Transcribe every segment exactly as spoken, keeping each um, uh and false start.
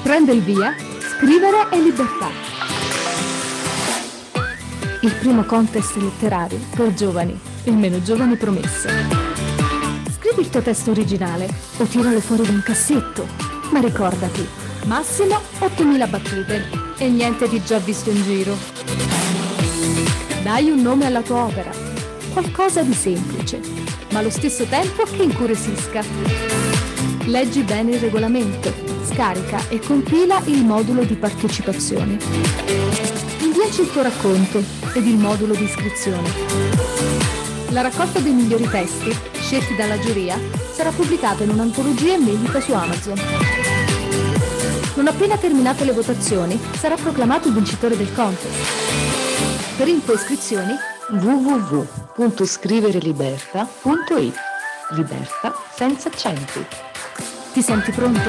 Prende il via, Scrivere e Libertà. Il primo contest letterario per giovani, il meno giovane promesso. Scrivi il tuo testo originale o tiralo fuori da un cassetto, ma ricordati, massimo ottomila battute e niente di già visto in giro. Dai un nome alla tua opera, qualcosa di semplice, ma allo stesso tempo che incuriosisca. Leggi bene il regolamento, scarica e compila il modulo di partecipazione. Inviaci il tuo racconto ed il modulo di iscrizione. La raccolta dei migliori testi, scelti dalla giuria, sarà pubblicata in un'antologia inedita su Amazon. Non appena terminate le votazioni, sarà proclamato il vincitore del contest. Per info e iscrizioni w w w punto scrivereliberta punto it. Liberta senza accenti. Ti senti pronto?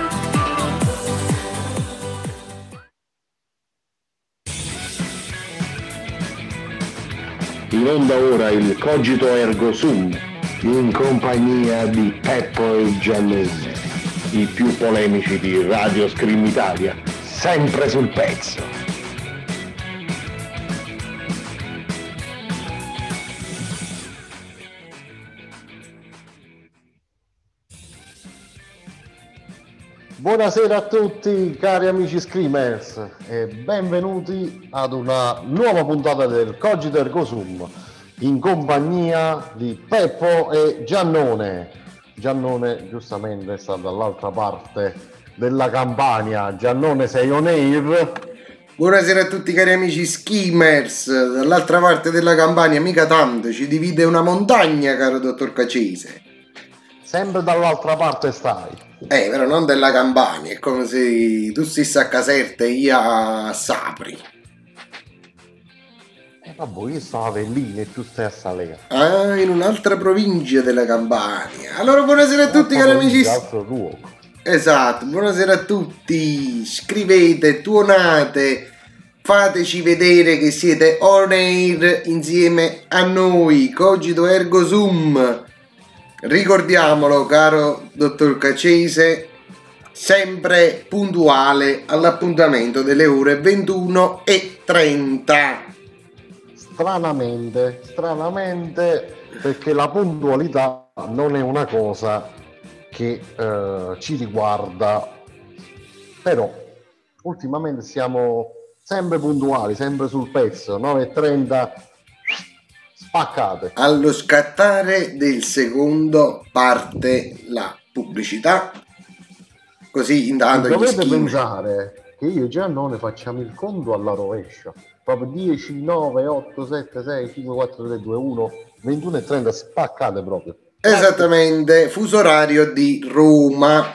In onda ora il Cogito Ergo Sum, in compagnia di Peppo e Giannone, i più polemici di Radio Scream Italia, sempre sul pezzo. Buonasera a tutti cari amici Screamers e benvenuti ad una nuova puntata del Cogito Ergo Sum in compagnia di Peppo e Giannone. Giannone giustamente sta dall'altra parte della Campania. Giannone, sei on air? Buonasera a tutti cari amici Screamers, dall'altra parte della Campania mica tanto, ci divide una montagna caro dottor Cacese. Sempre dall'altra parte stai. Eh, però non della Campania, è come se tu stessi a Caserta e io a Sapri. Eh vabbè, io sto a Avellino e tu stai a Salera. Ah, in un'altra provincia della Campania. Allora buonasera a tutti cari amici. Altro luogo. Esatto, buonasera a tutti. Scrivete, tuonate, fateci vedere che siete on air insieme a noi. Cogito Ergo Sum. Ricordiamolo caro dottor Cacese, sempre puntuale all'appuntamento delle ore ventuno e trenta. Stranamente, stranamente, perché la puntualità non è una cosa che eh, ci riguarda, però ultimamente siamo sempre puntuali, sempre sul pezzo, nove e trenta spaccate. Allo scattare del secondo parte la pubblicità, così intanto gli dovete schimi. pensare che io e Giannone facciamo il conto alla rovescia, proprio dieci, nove, otto, sette, sei, cinque, quattro, tre, due, uno, ventuno e trenta spaccate proprio. Esattamente, fuso orario di Roma.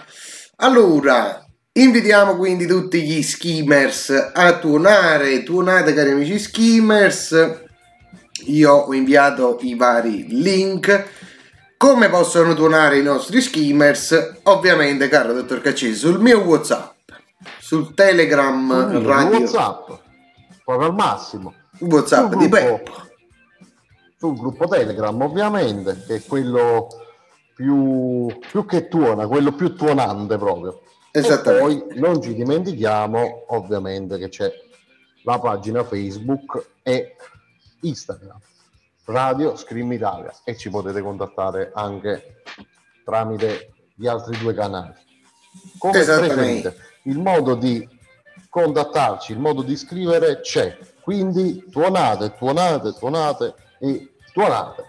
Allora invitiamo quindi tutti gli skimmers a tuonare. Tuonate cari amici skimmers. Io ho inviato i vari link. Come possono tuonare i nostri skimmers? Ovviamente caro dottor Cacese sul mio WhatsApp, sul Telegram Sul radio WhatsApp proprio al massimo, WhatsApp sul di gruppo, Peppo, sul gruppo Telegram ovviamente, che è quello più, più che tuona, quello più tuonante proprio. E poi non ci dimentichiamo ovviamente che c'è la pagina Facebook e Instagram Radio Scream Italia, e ci potete contattare anche tramite gli altri due canali. Come preferite, il modo di contattarci, il modo di scrivere c'è, quindi tuonate, tuonate, tuonate e tuonate.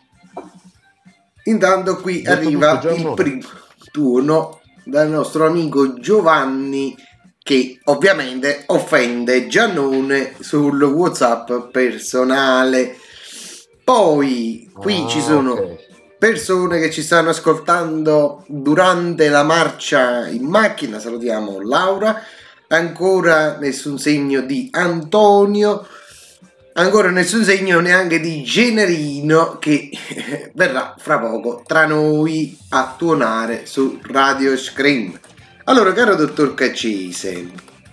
Intanto qui detto arriva il primo tuono dal nostro amico Giovanni, che ovviamente offende Giannone sul WhatsApp personale. Poi qui ah, ci sono okay. persone che ci stanno ascoltando durante la marcia in macchina. Salutiamo Laura. Ancora nessun segno di Antonio, ancora nessun segno neanche di Generino, che verrà fra poco tra noi a tuonare su Radio Scream. Allora caro dottor Cacese,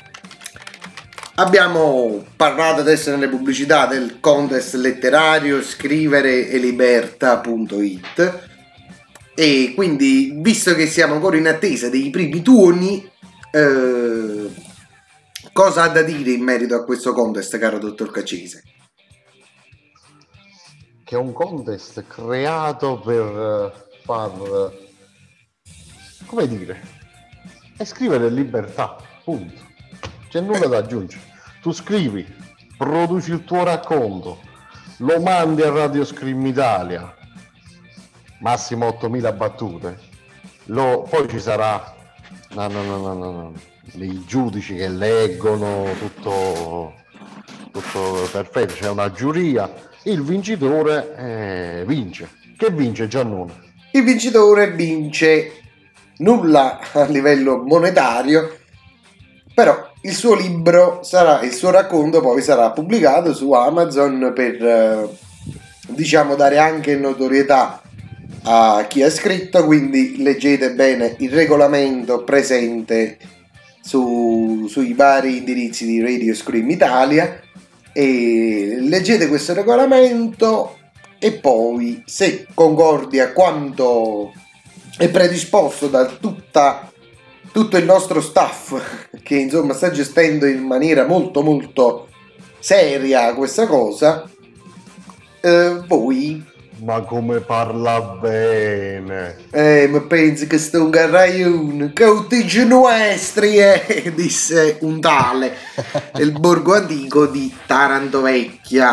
abbiamo parlato adesso nelle pubblicità del contest letterario scrivere e libertà punto it, e quindi visto che siamo ancora in attesa dei primi tuoni, Eh, cosa ha da dire in merito a questo contest, caro dottor Caccese? Che è un contest creato per far, come dire, esprimere libertà, punto. C'è nulla da aggiungere. Tu scrivi, produci il tuo racconto, lo mandi a Radio Scream Italia, massimo ottomila battute, lo, poi ci sarà no, no, no, no, no, no. i giudici che leggono tutto, tutto perfetto, c'è una giuria, il vincitore eh, vince. Che vince, Giannone? Il vincitore vince nulla a livello monetario, però il suo libro sarà, il suo racconto poi sarà pubblicato su Amazon per eh, diciamo dare anche notorietà a chi ha scritto, quindi leggete bene il regolamento presente su, sui vari indirizzi di Radio Scream Italia e leggete questo regolamento e poi, se concordi a quanto è predisposto da tutta, tutto il nostro staff che insomma sta gestendo in maniera molto molto seria questa cosa, eh, voi ma come parla bene, eh, ma pensi che sto un garraione cautiggi nuestri, eh, disse un tale il borgo antico di Taranto Vecchia.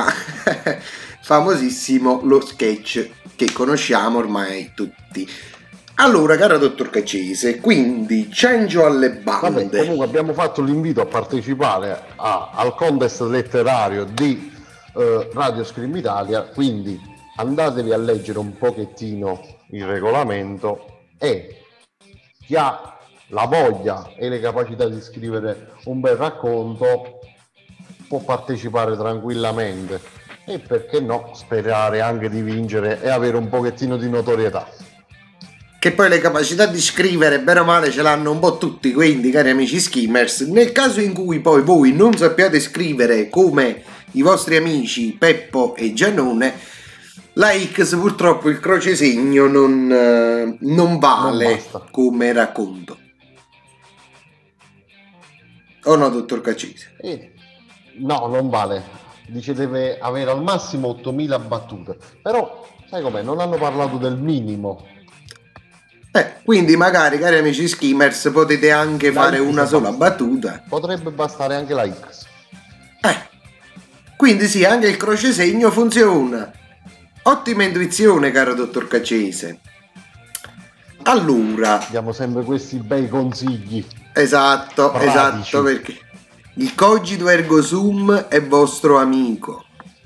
Famosissimo lo sketch che conosciamo ormai tutti. Allora, caro dottor Caccese, quindi cencio alle bande. Vabbè, comunque abbiamo fatto l'invito a partecipare a, al contest letterario di eh, Radio Scream Italia, quindi andatevi a leggere un pochettino il regolamento e chi ha la voglia e le capacità di scrivere un bel racconto può partecipare tranquillamente e perché no sperare anche di vincere e avere un pochettino di notorietà. Che poi le capacità di scrivere bene o male ce l'hanno un po' tutti, quindi cari amici skimmers, nel caso in cui poi voi non sappiate scrivere come i vostri amici Peppo e Giannone, la X purtroppo il crocesegno non, eh, non vale non come racconto. O no, dottor Caccese? Eh, no, non vale. Dice deve avere al massimo ottomila battute. Però, sai com'è? Non hanno parlato del minimo. Eh, quindi magari, cari amici skimmers, potete anche la fare X una sola basta. battuta. Potrebbe bastare anche la X. Eh, quindi sì, anche il crocesegno funziona. Ottima intuizione, caro dottor Caccese. Allora, diamo sempre questi bei consigli. Esatto, pratici. Esatto, perché il cogito ergo sum è vostro amico.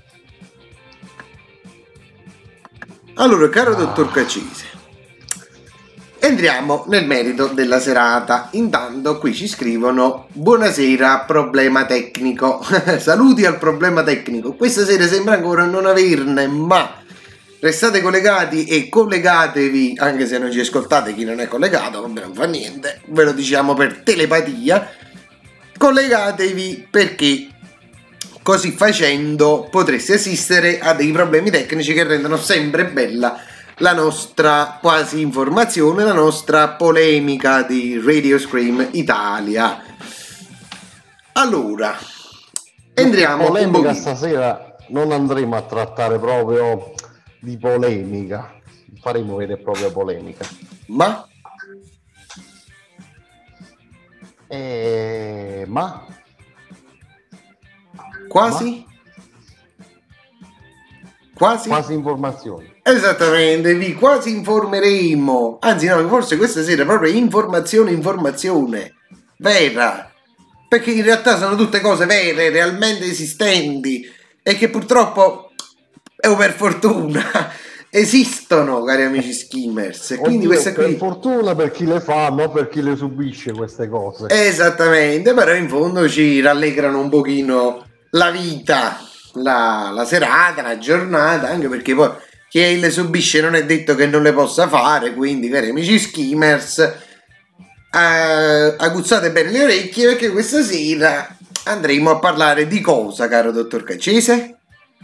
Allora, caro ah. dottor Caccese, entriamo nel merito della serata. Intanto qui ci scrivono: buonasera, problema tecnico. Saluti al problema tecnico. Questa sera sembra ancora non averne, ma restate collegati e collegatevi, anche se non ci ascoltate chi non è collegato, vabbè, non fa niente, ve lo diciamo per telepatia. Collegatevi perché così facendo potreste assistere a dei problemi tecnici che rendono sempre bella la nostra quasi informazione, la nostra polemica di Radio Scream Italia. Allora, entriamo polemica un stasera non andremo a trattare proprio di polemica, faremo vera e propria polemica. Ma? Eh, ma? Quasi? Ma? Quasi? Quasi informazioni. Esattamente, vi quasi informeremo. Anzi no, forse questa sera proprio informazione, informazione vera. Perché in realtà sono tutte cose vere, realmente esistenti e che purtroppo, o per fortuna, esistono, cari amici skimmers. E quindi queste qui... per fortuna per chi le fa, non per chi le subisce queste cose. Esattamente, però in fondo ci rallegrano un pochino la vita, la, la serata, la giornata, anche perché poi chi le subisce non è detto che non le possa fare, quindi cari amici skimmers, eh, aguzzate bene le orecchie perché questa sera andremo a parlare di cosa, caro dottor Caccese?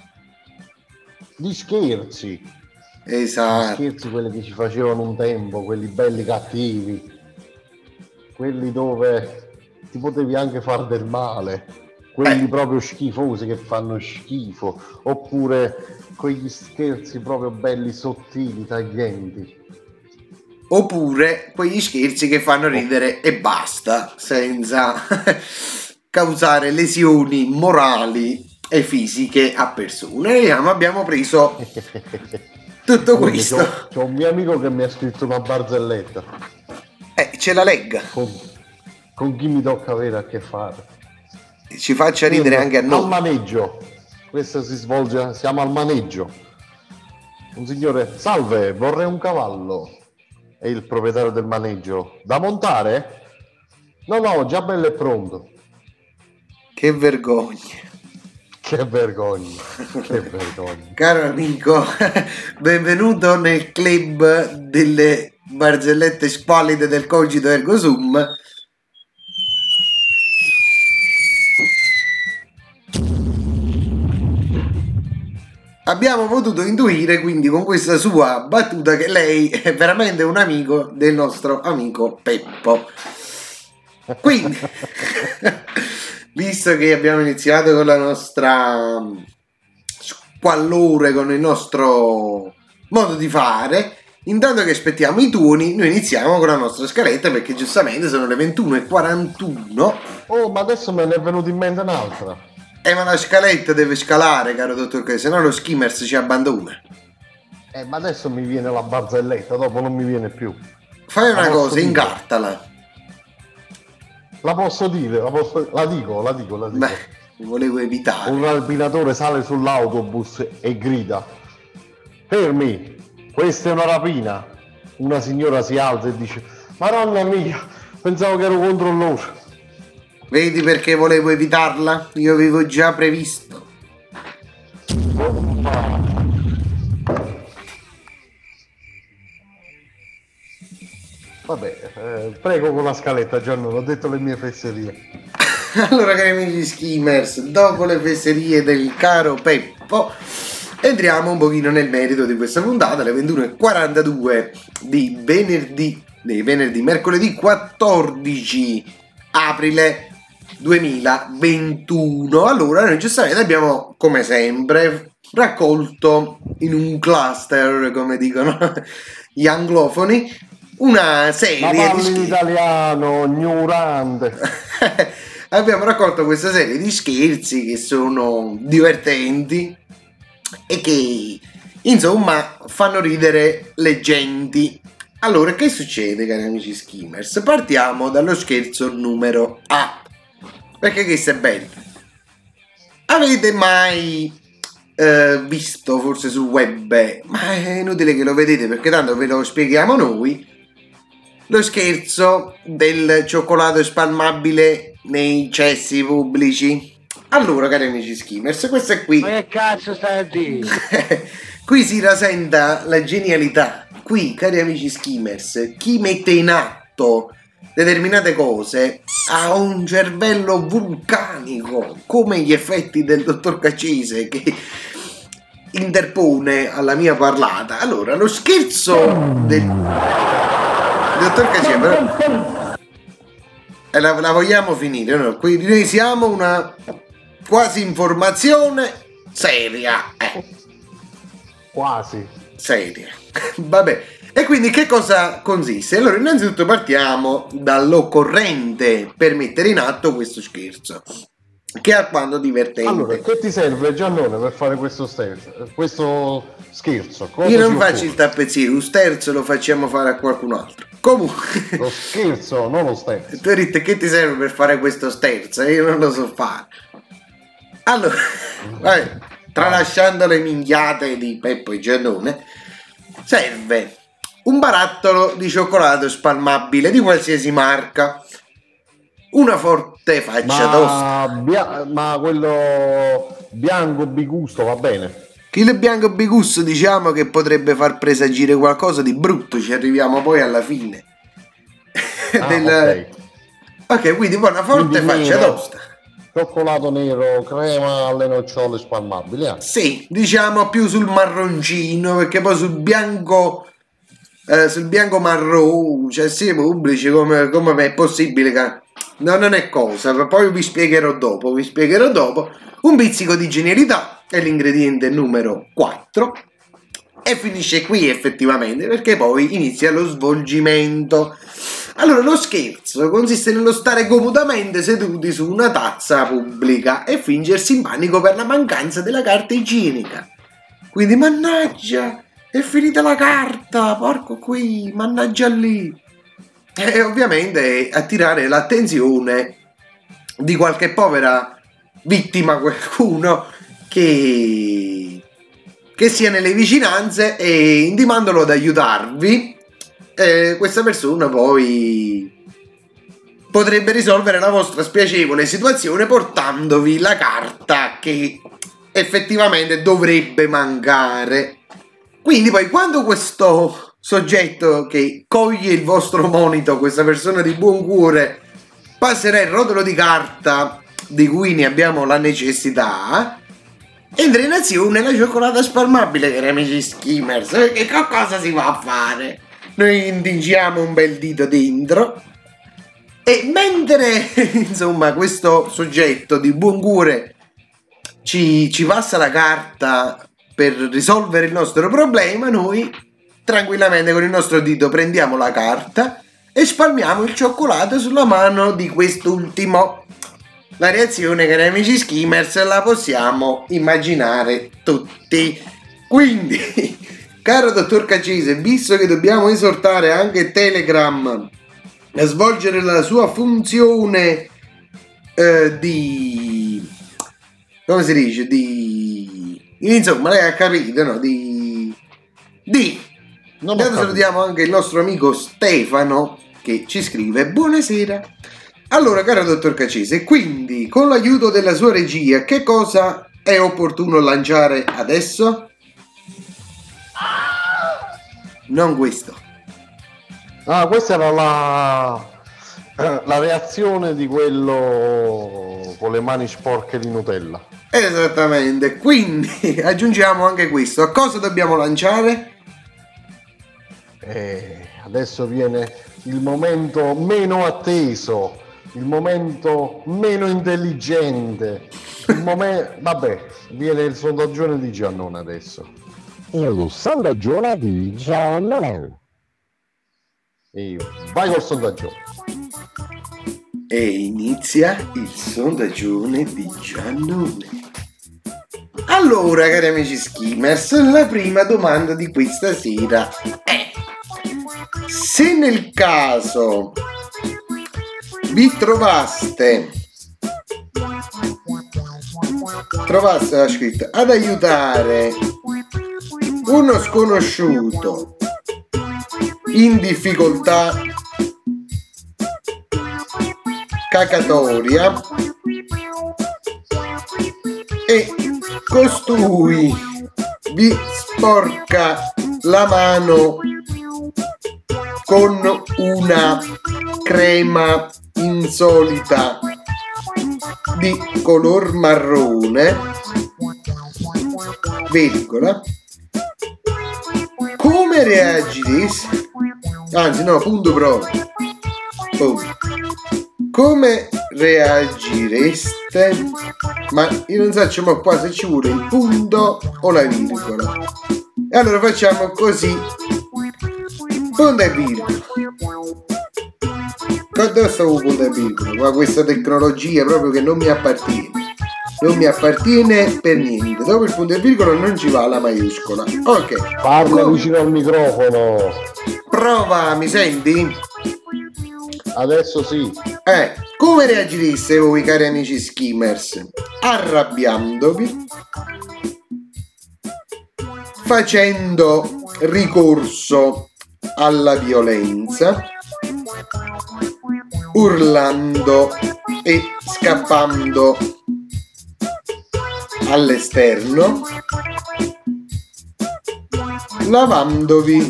Di scherzi. Esatto. Di scherzi, quelli che ci facevano un tempo, quelli belli cattivi. quelli dove ti potevi anche far del male, quelli eh. proprio schifosi che fanno schifo, oppure quegli scherzi proprio belli sottili, taglienti, oppure quegli scherzi che fanno ridere e basta, senza causare lesioni morali e fisiche a persone. Vediamo, abbiamo preso tutto questo. C'ho, c'ho un mio amico che mi ha scritto una barzelletta. Eh, ce la legga. Con, con chi mi tocca avere a che fare. Ci faccia ridere Quindi, anche a noi. Al maneggio. Questo si svolge, siamo al maneggio. Un signore, salve, vorrei un cavallo. E il proprietario del maneggio, da montare? No, no, già bello e pronto. Che vergogna. Che vergogna, che vergogna. Caro amico, benvenuto nel club delle barzellette squallide del Cogito Ergo Sum. Abbiamo potuto intuire quindi con questa sua battuta che lei è veramente un amico del nostro amico Peppo. Quindi, visto che abbiamo iniziato con la nostra squallore, con il nostro modo di fare, intanto che aspettiamo i tuoni, noi iniziamo con la nostra scaletta, perché giustamente sono le ventuno e quarantuno. Oh, ma adesso me ne è venuto in mente un'altra. Eh, ma la scaletta deve scalare, caro dottor Che, se no lo skimmers ci abbandona. Eh, ma adesso mi viene la barzelletta, dopo non mi viene più. Fai una cosa, incartala. La posso dire, la, posso, la dico, la dico, la dico. Beh, volevo evitare. Un rapinatore sale sull'autobus e grida: fermi, questa è una rapina. Una signora si alza e dice: Madonna mia, pensavo che ero contro loro. Vedi perché volevo evitarla? Io avevo già previsto. Vabbè, eh, prego con la scaletta, Gianni, ho detto le mie fesserie. Allora, cari amici skimmers, dopo le fesserie del caro Peppo, entriamo un pochino nel merito di questa puntata, alle ventuno e quarantadue di venerdì, di venerdì, mercoledì quattordici aprile duemilaventuno. Allora, noi giustamente abbiamo, come sempre, raccolto in un cluster, come dicono gli anglofoni, una serie. Ma parli in italiano, ignorante. Abbiamo raccolto questa serie di scherzi che sono divertenti e che, insomma, fanno ridere le genti. Allora, che succede, cari amici skimmers? Partiamo dallo scherzo numero A, perché questo è bello. Avete mai eh, visto, forse sul web, ma è inutile che lo vedete perché tanto ve lo spieghiamo noi, lo scherzo del cioccolato spalmabile nei cessi pubblici? Allora, cari amici skimmers, questo è qui. Ma che cazzo stai a dire? Qui si rasenta la genialità. Qui, cari amici skimmers, chi mette in atto determinate cose ha un cervello vulcanico, come gli effetti del dottor Caccese che interpone alla mia parlata. Allora, lo scherzo del dottor Caccese, però, eh, la, la vogliamo finire, no? Quindi noi siamo una quasi informazione seria, eh. Quasi seria. Vabbè. E quindi che cosa consiste? Allora, innanzitutto partiamo dall'occorrente per mettere in atto questo scherzo, che è alquanto divertente. Allora, che ti serve, Giannone, per fare questo scherzo? Questo scherzo? Cosa Io non faccio il tappezziere, un sterzo lo facciamo fare a qualcun altro. Comunque, lo scherzo, non lo sterzo. Tu hai detto che ti serve per fare questo sterzo? Io non lo so fare. Allora, vabbè, tralasciando le minchiate di Peppo e Giannone, serve un barattolo di cioccolato spalmabile di qualsiasi marca, una forte faccia ma, tosta. Bia- ma quello bianco bigusto va bene? Il bianco bigusto, diciamo che potrebbe far presagire qualcosa di brutto, ci arriviamo poi alla fine. Ah, Del... ok. Ok, quindi poi una forte quindi faccia nero, tosta. Cioccolato nero, crema alle nocciole spalmabili. Eh? Sì, diciamo più sul marroncino, perché poi sul bianco eh, sul bianco marrone, cioè sì, pubblici, come, come è possibile che... No, non è cosa, poi vi spiegherò dopo, vi spiegherò dopo. Un pizzico di genialità è l'ingrediente numero quattro e finisce qui effettivamente, perché poi inizia lo svolgimento. Allora, lo scherzo consiste nello stare comodamente seduti su una tazza pubblica e fingersi in panico per la mancanza della carta igienica. Quindi, mannaggia, è finita la carta, porco qui, mannaggia lì. E ovviamente attirare l'attenzione di qualche povera vittima, qualcuno che, che sia nelle vicinanze, e intimandolo ad aiutarvi. Eh, questa persona poi potrebbe risolvere la vostra spiacevole situazione portandovi la carta che effettivamente dovrebbe mancare. Quindi poi, quando questo soggetto che coglie il vostro monito, questa persona di buon cuore, passerà il rotolo di carta di cui ne abbiamo la necessità, entra in azione la cioccolata spalmabile, cari amici skimmers. Che cosa si va a fare? Noi intingiamo un bel dito dentro e mentre insomma questo soggetto di buon cuore ci, ci passa la carta per risolvere il nostro problema, noi tranquillamente con il nostro dito prendiamo la carta e spalmiamo il cioccolato sulla mano di quest'ultimo. La reazione, cari amici skimmers, la possiamo immaginare tutti. Quindi, caro dottor Caccese, visto che dobbiamo esortare anche Telegram a svolgere la sua funzione eh, di... come si dice? Di... insomma, lei ha capito, no? Di... di... Non Intanto salutiamo anche il nostro amico Stefano che ci scrive: buonasera. Allora, caro dottor Caccese, quindi con l'aiuto della sua regia, che cosa è opportuno lanciare adesso? Non questo. Ah, questa era la, la reazione di quello con le mani sporche di Nutella. Esattamente, quindi aggiungiamo anche questo. A cosa dobbiamo lanciare? Eh, adesso viene il momento meno atteso, il momento meno intelligente, il momento... vabbè, viene il sondaggione di Giannone adesso. Il sondaggione di Giannone. E vai col sondaggione. E inizia il sondaggione di Giannone. Allora, cari amici skimmers, la prima domanda di questa sera è: se nel caso vi trovaste trovaste la scritta ad aiutare uno sconosciuto in difficoltà cacatoria e costui vi sporca la mano con una crema insolita di color marrone, virgola, come reagireste? Anzi no, punto proprio. Punto. Come reagireste? Ma io non so, ma qua se ci vuole il punto o la virgola. E allora facciamo così. Punto e virgola. Dove stavo punto e virgola? Ma questa tecnologia proprio che non mi appartiene. Non mi appartiene per niente. Dopo il punto e virgola non ci va la maiuscola. Ok. Parla Com- vicino al microfono. Prova, mi senti? Adesso sì. Eh, come reagireste voi, cari amici skimmers? Arrabbiandovi, facendo ricorso alla violenza, urlando e scappando all'esterno, lavandovi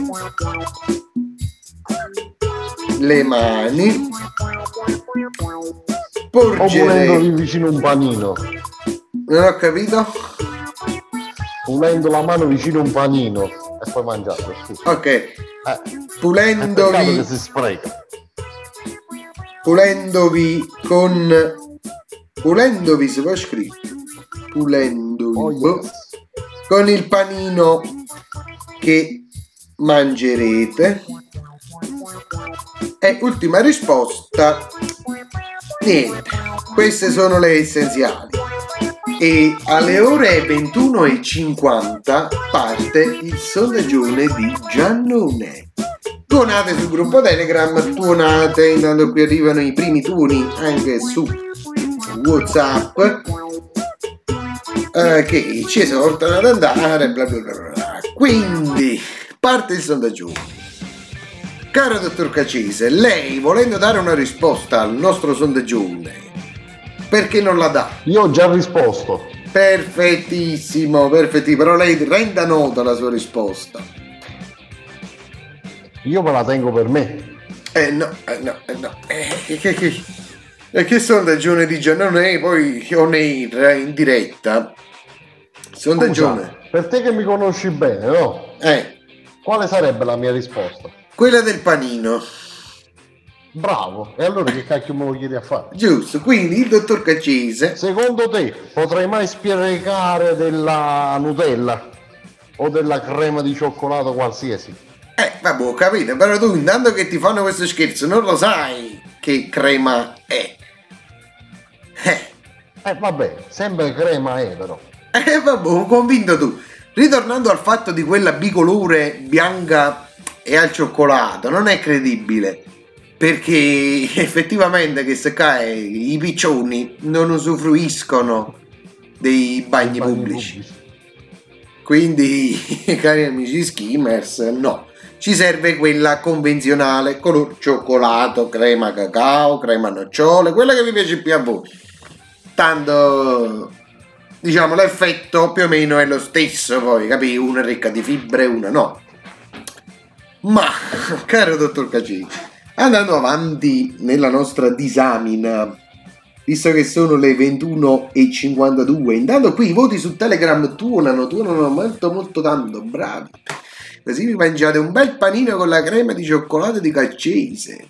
le mani, porgere... o punendovi vicino un panino. Non ho capito? Punendo la mano vicino un panino e poi mangiarlo, scusa. Ok, eh, pulendovi che si spreca. pulendovi con pulendovi si può scrivere pulendovi Oh, yes. con il panino che mangerete. E ultima risposta, niente, queste sono le essenziali. E alle ore ventuno e cinquanta parte il sondaggione di Giannone. Tuonate sul gruppo Telegram, tuonate, intanto qui arrivano i primi tuoni anche su WhatsApp, eh, che ci esortano ad andare, bla bla bla bla. Quindi parte il sondaggione. Caro dottor Cacese, lei, volendo dare una risposta al nostro sondaggione, perché non la dà? Io ho già risposto. Perfettissimo, perfettissimo, però lei renda nota la sua risposta. Io me la tengo per me. Eh no, eh no, eh no. Eh, che, che, che, che sondaggione di Giannone, poi on air, in diretta. Sondaggione. Scusa, per te che mi conosci bene, no? Eh, Quale sarebbe la mia risposta? quella del panino. Bravo, e allora che cacchio me lo chiedi a fare? Giusto, quindi il dottor Cacese, Secondo te potrei mai spiegare della Nutella o della crema di cioccolato qualsiasi? eh vabbè, ho capito, però tu intanto che ti fanno questo scherzo non lo sai che crema è. Eh, Eh vabbè, sempre crema è però. eh vabbè, ho convinto tu. Ritornando al fatto di quella bicolore bianca e al cioccolato, non è credibile, perché effettivamente che se cae i piccioni non usufruiscono dei bagni, Bagni pubblici. Quindi, cari amici skimmers, no. Ci serve quella convenzionale, color cioccolato, crema cacao, crema nocciole, quella che vi piace più a voi. Tanto, diciamo, l'effetto più o meno è lo stesso, poi, capi? Una è ricca di fibre, una no. Ma, caro dottor Cacese, andando avanti nella nostra disamina, visto che sono le ventuno e cinquantadue, intanto qui i voti su Telegram tuonano, tuonano molto molto tanto, bravi. Così vi mangiate un bel panino con la crema di cioccolato di Cacese.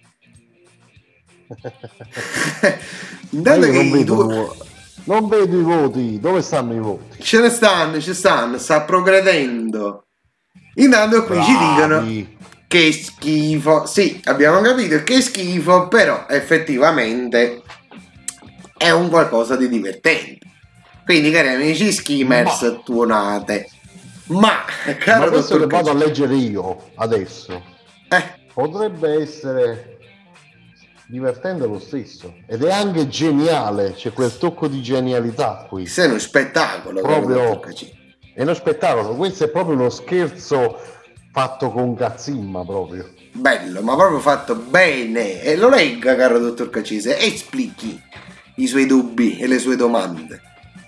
Intanto io che non i vedo, due... non vedo i voti, dove stanno i voti? Ce ne stanno, ci stanno, sta progredendo. Intanto qui ci dicono Bravi. che schifo. Sì, abbiamo capito che schifo, però effettivamente è un qualcosa di divertente. Quindi, cari amici skimmers, Ma- tuonate. Ma, caro Ma questo dottor che vado a Cacese, leggere io adesso eh, potrebbe essere divertente lo stesso ed è anche geniale, c'è quel tocco di genialità qui, sei uno spettacolo, caro Proprio- dottor Cacese. è uno spettacolo, questo è proprio uno scherzo fatto con cazzimma proprio. Bello, ma proprio fatto bene. E lo legga, caro dottor Cacese, e esplichi i suoi dubbi e le sue domande.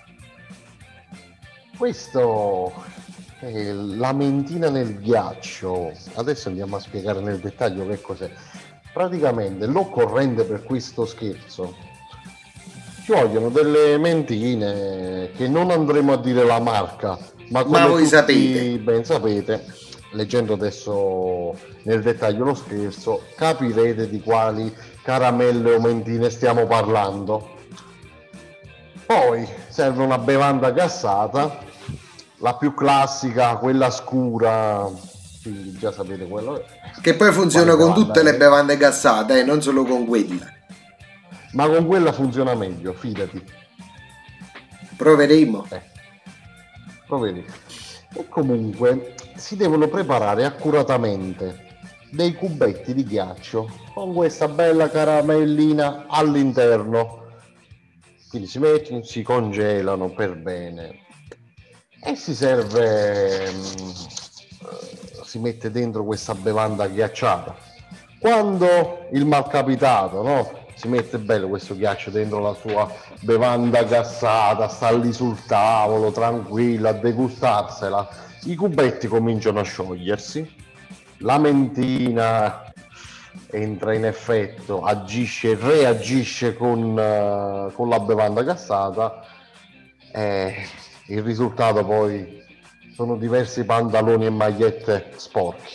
Questo è la mentina nel ghiaccio. Adesso andiamo a spiegare nel dettaglio che cos'è. Praticamente l'occorrente per questo scherzo ci vogliono delle mentine che non andremo a dire la marca, ma come Ma voi tutti sapete. ben sapete, leggendo adesso nel dettaglio lo scherzo, capirete di quali caramelle o mentine stiamo parlando. Poi serve una bevanda gassata, la più classica, quella scura, quindi già sapete quello è. Che poi funziona Quale con bevanda tutte le è? bevande gassate, eh, non solo con quella. Ma con quella funziona meglio, fidati. Proveremo. Eh, provvedi. E comunque si devono preparare accuratamente dei cubetti di ghiaccio con questa bella caramellina all'interno. Quindi si mettono, si congelano per bene e si serve, mh, si mette dentro questa bevanda ghiacciata. Quando il malcapitato, no? Si mette bello questo ghiaccio dentro la sua bevanda gassata, sta lì sul tavolo tranquillo a degustarsela, i cubetti cominciano a sciogliersi, la mentina entra in effetto, agisce, reagisce con, uh, con la bevanda gassata e il risultato poi sono diversi pantaloni e magliette sporchi.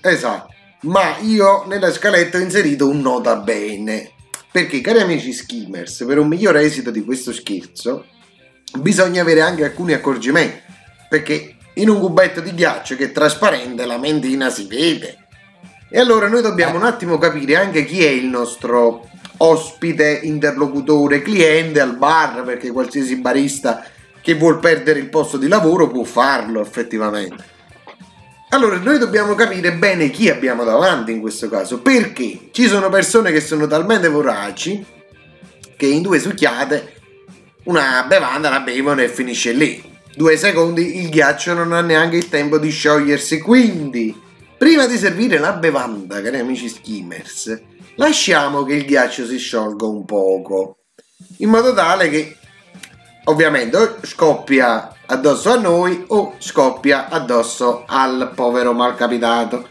Esatto. Ma io nella scaletta ho inserito un nota bene. Perché, cari amici skimmers, per un miglior esito di questo scherzo bisogna avere anche alcuni accorgimenti. Perché in un cubetto di ghiaccio che è trasparente la mentina si vede. E allora noi dobbiamo un attimo capire anche chi è il nostro ospite, interlocutore, cliente al bar, perché qualsiasi barista che vuol perdere il posto di lavoro può farlo effettivamente. Allora noi dobbiamo capire bene chi abbiamo davanti in questo caso, perché ci sono persone che sono talmente voraci che in due succhiate una bevanda la bevono e finisce lì. Due secondi il ghiaccio non ha neanche il tempo di sciogliersi, quindi prima di servire la bevanda, cari amici skimmers, lasciamo che il ghiaccio si sciolga un poco, in modo tale che ovviamente o scoppia addosso a noi o scoppia addosso al povero malcapitato.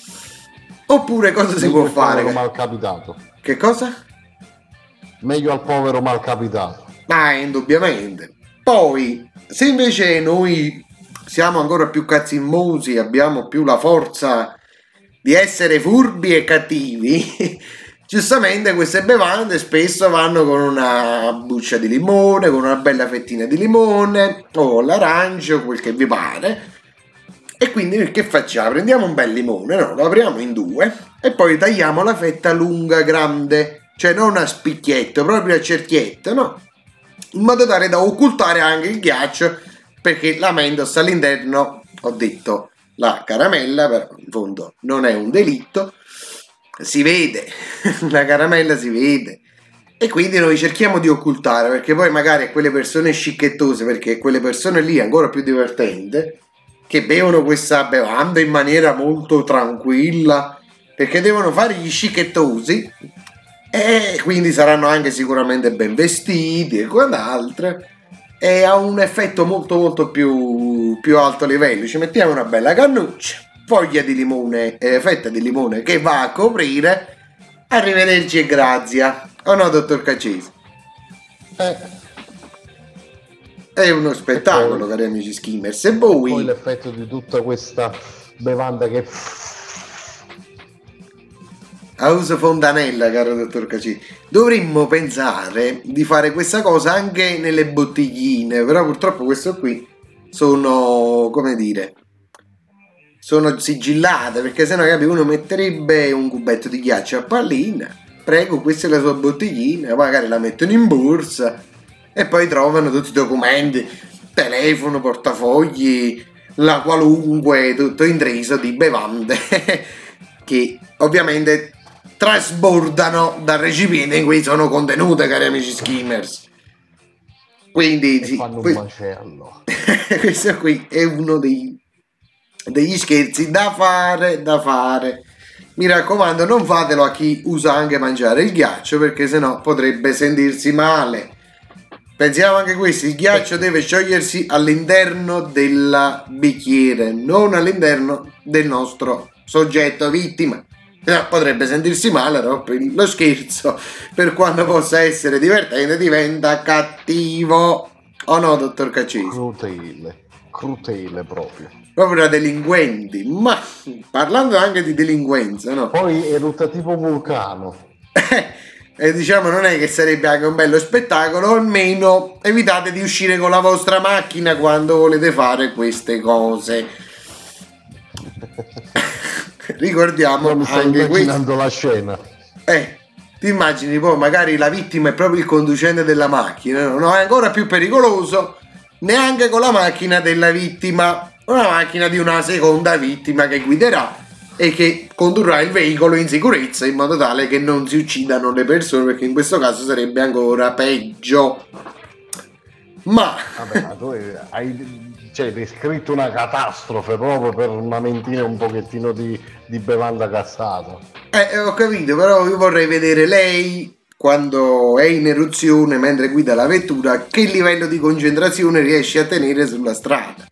Oppure cosa si Meglio può al fare? povero malcapitato. Che cosa? Meglio al povero malcapitato. Ma indubbiamente. Poi, se invece noi siamo ancora più cazzimmosi, abbiamo più la forza di essere furbi e cattivi, giustamente queste bevande spesso vanno con una buccia di limone, con una bella fettina di limone o l'arancio, quel che vi pare. E quindi noi che facciamo? Prendiamo un bel limone, no? Lo apriamo in due e poi tagliamo la fetta lunga, grande, cioè non a spicchietto, proprio a cerchietto, no? In modo tale da occultare anche il ghiaccio, perché la mentos all'interno, ho detto, la caramella, però in fondo non è un delitto, si vede, la caramella si vede, e quindi noi cerchiamo di occultare, perché poi magari a quelle persone scicchettose, perché quelle persone lì è ancora più divertente, che bevono questa bevanda in maniera molto tranquilla, perché devono fare gli scicchettosi, e quindi saranno anche sicuramente ben vestiti e quant'altro, e ha un effetto molto molto più, più alto livello. Ci mettiamo una bella cannuccia, foglia di limone, eh, fetta di limone che va a coprire. Arrivederci e grazie. O no, dottor Caccese? Eh, È uno spettacolo, poi, cari amici skimmers. E voi? poi l'effetto di tutta questa bevanda che... A uso fontanella, caro dottor Caccese. Dovremmo pensare di fare questa cosa anche nelle bottigline, però purtroppo questo qui sono, come dire, sono sigillate, perché sennò capi, uno metterebbe un cubetto di ghiaccio a pallina, prego, questa è la sua bottiglina, magari la mettono in borsa e poi trovano tutti i documenti, telefono, portafogli, la qualunque, tutto intriso di bevande che ovviamente trasbordano dal recipiente in cui sono contenute, cari amici skimmers. Quindi e sì, fanno un questo, macello. questo qui è uno dei, degli scherzi da fare, da fare. Mi raccomando, non fatelo a chi usa anche mangiare il ghiaccio, perché sennò potrebbe sentirsi male. Pensiamo anche questo, il ghiaccio deve sciogliersi all'interno del bicchiere, non all'interno del nostro soggetto vittima. No, potrebbe sentirsi male, no? Lo scherzo, per quanto possa essere divertente, diventa cattivo. O no, dottor Caccese? Crutele, crutele proprio. Proprio da delinquenti. Ma parlando anche di delinquenza, no? Poi erutta tipo vulcano. E diciamo non è che sarebbe anche un bello spettacolo, almeno evitate di uscire con la vostra macchina quando volete fare queste cose. Ricordiamo Io mi sto anche immaginando questo. la scena. Eh, ti immagini poi magari la vittima è proprio il conducente della macchina, no? No, è ancora più pericoloso, neanche con la macchina della vittima, una macchina di una seconda vittima che guiderà e che condurrà il veicolo in sicurezza, in modo tale che non si uccidano le persone, perché in questo caso sarebbe ancora peggio. Ma vabbè, ma tu hai, cioè, hai descritto una catastrofe proprio per una mentina un pochettino di, di bevanda cassata. Eh, ho capito, però io vorrei vedere lei quando è in eruzione mentre guida la vettura, che livello di concentrazione riesce a tenere sulla strada.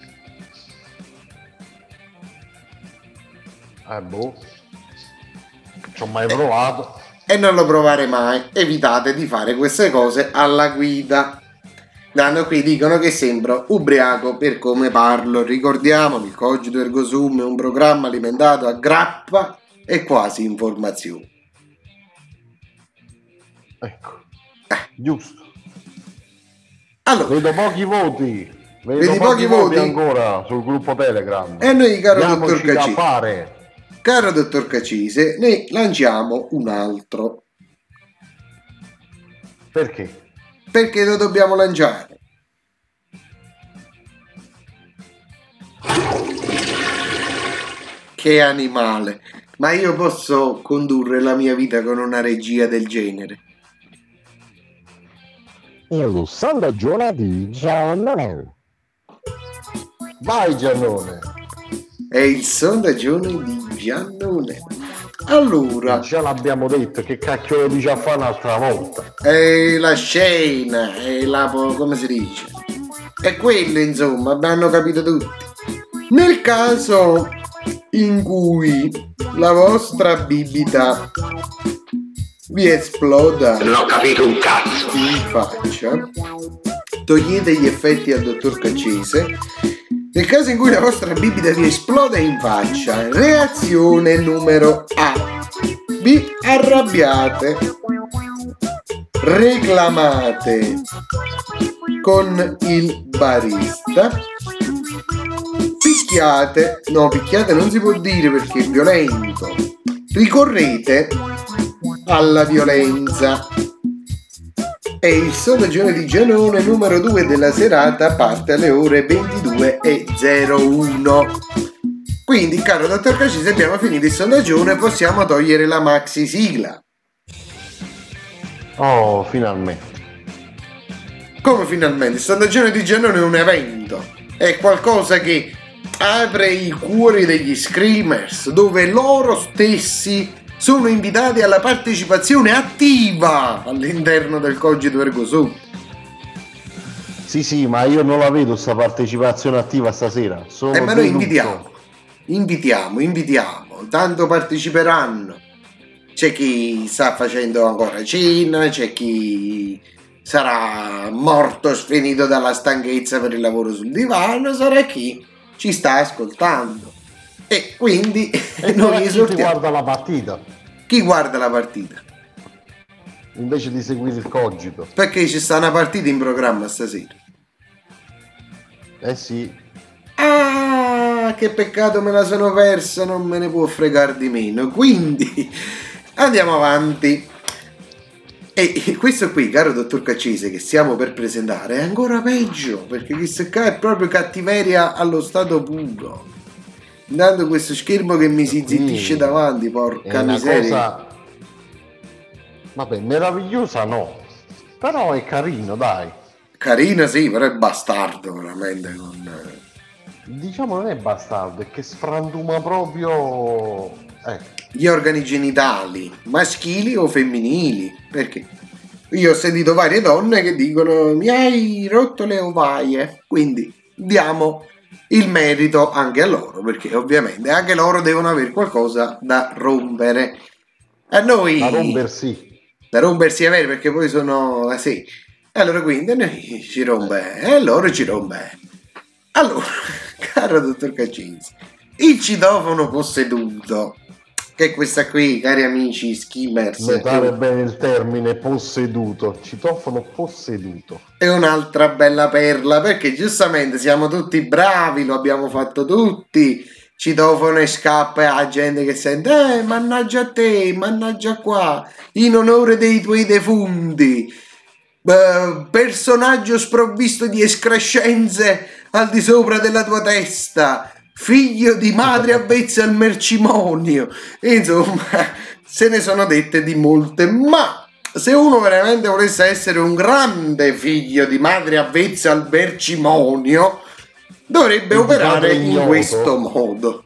Eh boh, ci ho mai provato. E non lo provare mai, evitate di fare queste cose alla guida. Danno qui, dicono che sembro ubriaco per come parlo. Ricordiamo che il Cogito Ergo Sum è un programma alimentato a grappa e quasi informazioni. Ecco, eh. giusto. Allora, vedo pochi voti. Vedo vedi pochi, pochi voti ancora sul gruppo Telegram. E noi, caro Diamoci dottor Cacise, da fare. Caro dottor Cacise, ne lanciamo un altro. Perché? Perché lo dobbiamo lanciare? Che animale! Ma io posso condurre la mia vita con una regia del genere? Il sondaggio di Giannone. Vai Giannone. È il sondaggio di Giannone. Allora, già l'abbiamo detto, che cacchio lo dice a fare un'altra volta? È la scena, è la, come si dice? È quello, insomma, abbiamo capito tutti. Nel caso in cui la vostra bibita vi esploda, non ho capito un cazzo, in faccia, togliete gli effetti al dottor Cacise. Nel caso in cui la vostra bibita vi esploda in faccia, reazione numero A: vi arrabbiate, reclamate con il barista, picchiate, no picchiate non si può dire perché è violento, ricorrete alla violenza. E il sondaggio di Giannone numero due della serata parte alle ore ventidue e zero uno. Quindi, caro dottor Cacise, abbiamo finito il sondaggio e possiamo togliere la maxi sigla. Oh, finalmente. Come finalmente? Il sondaggio di Giannone è un evento, è qualcosa che apre i cuori degli screamers, dove loro stessi sono invitati alla partecipazione attiva all'interno del Cogito Ergo Sum. Sì, sì, ma io non la vedo sta partecipazione attiva stasera. Sono eh, ma noi invitiamo, invitiamo, invitiamo, tanto parteciperanno. C'è chi sta facendo ancora cena, c'è chi sarà morto sfinito dalla stanchezza per il lavoro sul divano, sarà chi ci sta ascoltando. E quindi e noi esortiamo. Chi guarda la partita? Chi guarda la partita? Invece di seguire il Cogito. Perché ci sta una partita in programma stasera. Eh sì. Ah, che peccato, me la sono persa, non me ne può fregare di meno. Quindi andiamo avanti. E questo qui, caro dottor Cacise, che stiamo per presentare, è ancora peggio, perché questo qua è proprio cattiveria allo stato puro. Dando questo schermo che mi si zittisce davanti, porca miseria. Cosa... Vabbè, meravigliosa no, però è carino, dai. Carino sì, però è bastardo veramente. Non... Diciamo non è bastardo, è che sfrantuma proprio eh. gli organi genitali, maschili o femminili. Perché? Io ho sentito varie donne che dicono mi hai rotto le ovaie, quindi diamo il merito anche a loro, perché ovviamente anche loro devono avere qualcosa da rompere. A noi da rompersi da rompersi è vero, perché poi sono eh, sì. Allora quindi noi ci rompe e eh, loro ci rompe. Allora, caro dottor Cacise, il citofono posseduto, che è questa qui, cari amici skimmers, notare bene il termine posseduto, citofono posseduto, è un'altra bella perla, perché giustamente siamo tutti bravi, lo abbiamo fatto tutti, citofono e scappa a gente che sente eh mannaggia a te, mannaggia qua, in onore dei tuoi defunti, eh, personaggio sprovvisto di escrescenze al di sopra della tua testa, figlio di madre avvezza al mercimonio. Insomma, se ne sono dette di molte, ma se uno veramente volesse essere un grande figlio di madre avvezza al mercimonio, dovrebbe il operare in questo modo.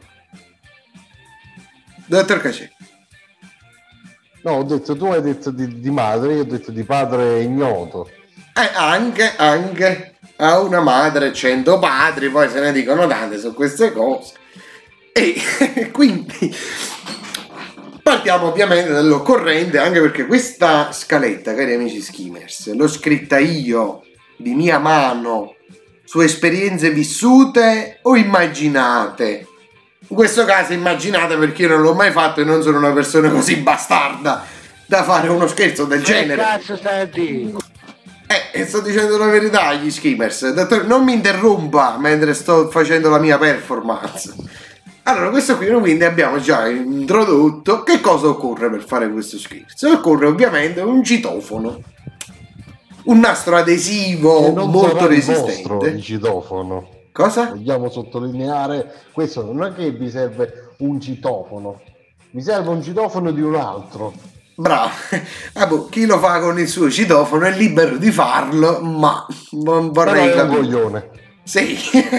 Dottor Cacè. No, ho detto, tu hai detto di, di madre, io ho detto di padre ignoto. Eh, anche, anche a una madre cento padri, poi se ne dicono tante su queste cose. E quindi partiamo ovviamente dall'occorrente, anche perché questa scaletta, cari amici skimmers, l'ho scritta io di mia mano su esperienze vissute o immaginate? In questo caso immaginate, perché io non l'ho mai fatto e non sono una persona così bastarda da fare uno scherzo del genere. Che cazzo stai a dire? Eh, sto dicendo la verità agli skimmers. Dottore, non mi interrompa mentre sto facendo la mia performance. Allora, questo qui, quindi abbiamo già introdotto che cosa occorre per fare questo scherzo. Occorre ovviamente un citofono, un nastro adesivo molto resistente. Il citofono. Cosa? Vogliamo sottolineare questo, non è che vi serve un citofono, vi serve un citofono di un altro. Bravo. Ah, boh, chi lo fa con il suo citofono è libero di farlo, ma non vorrei capire. È un capire. coglione. Sì.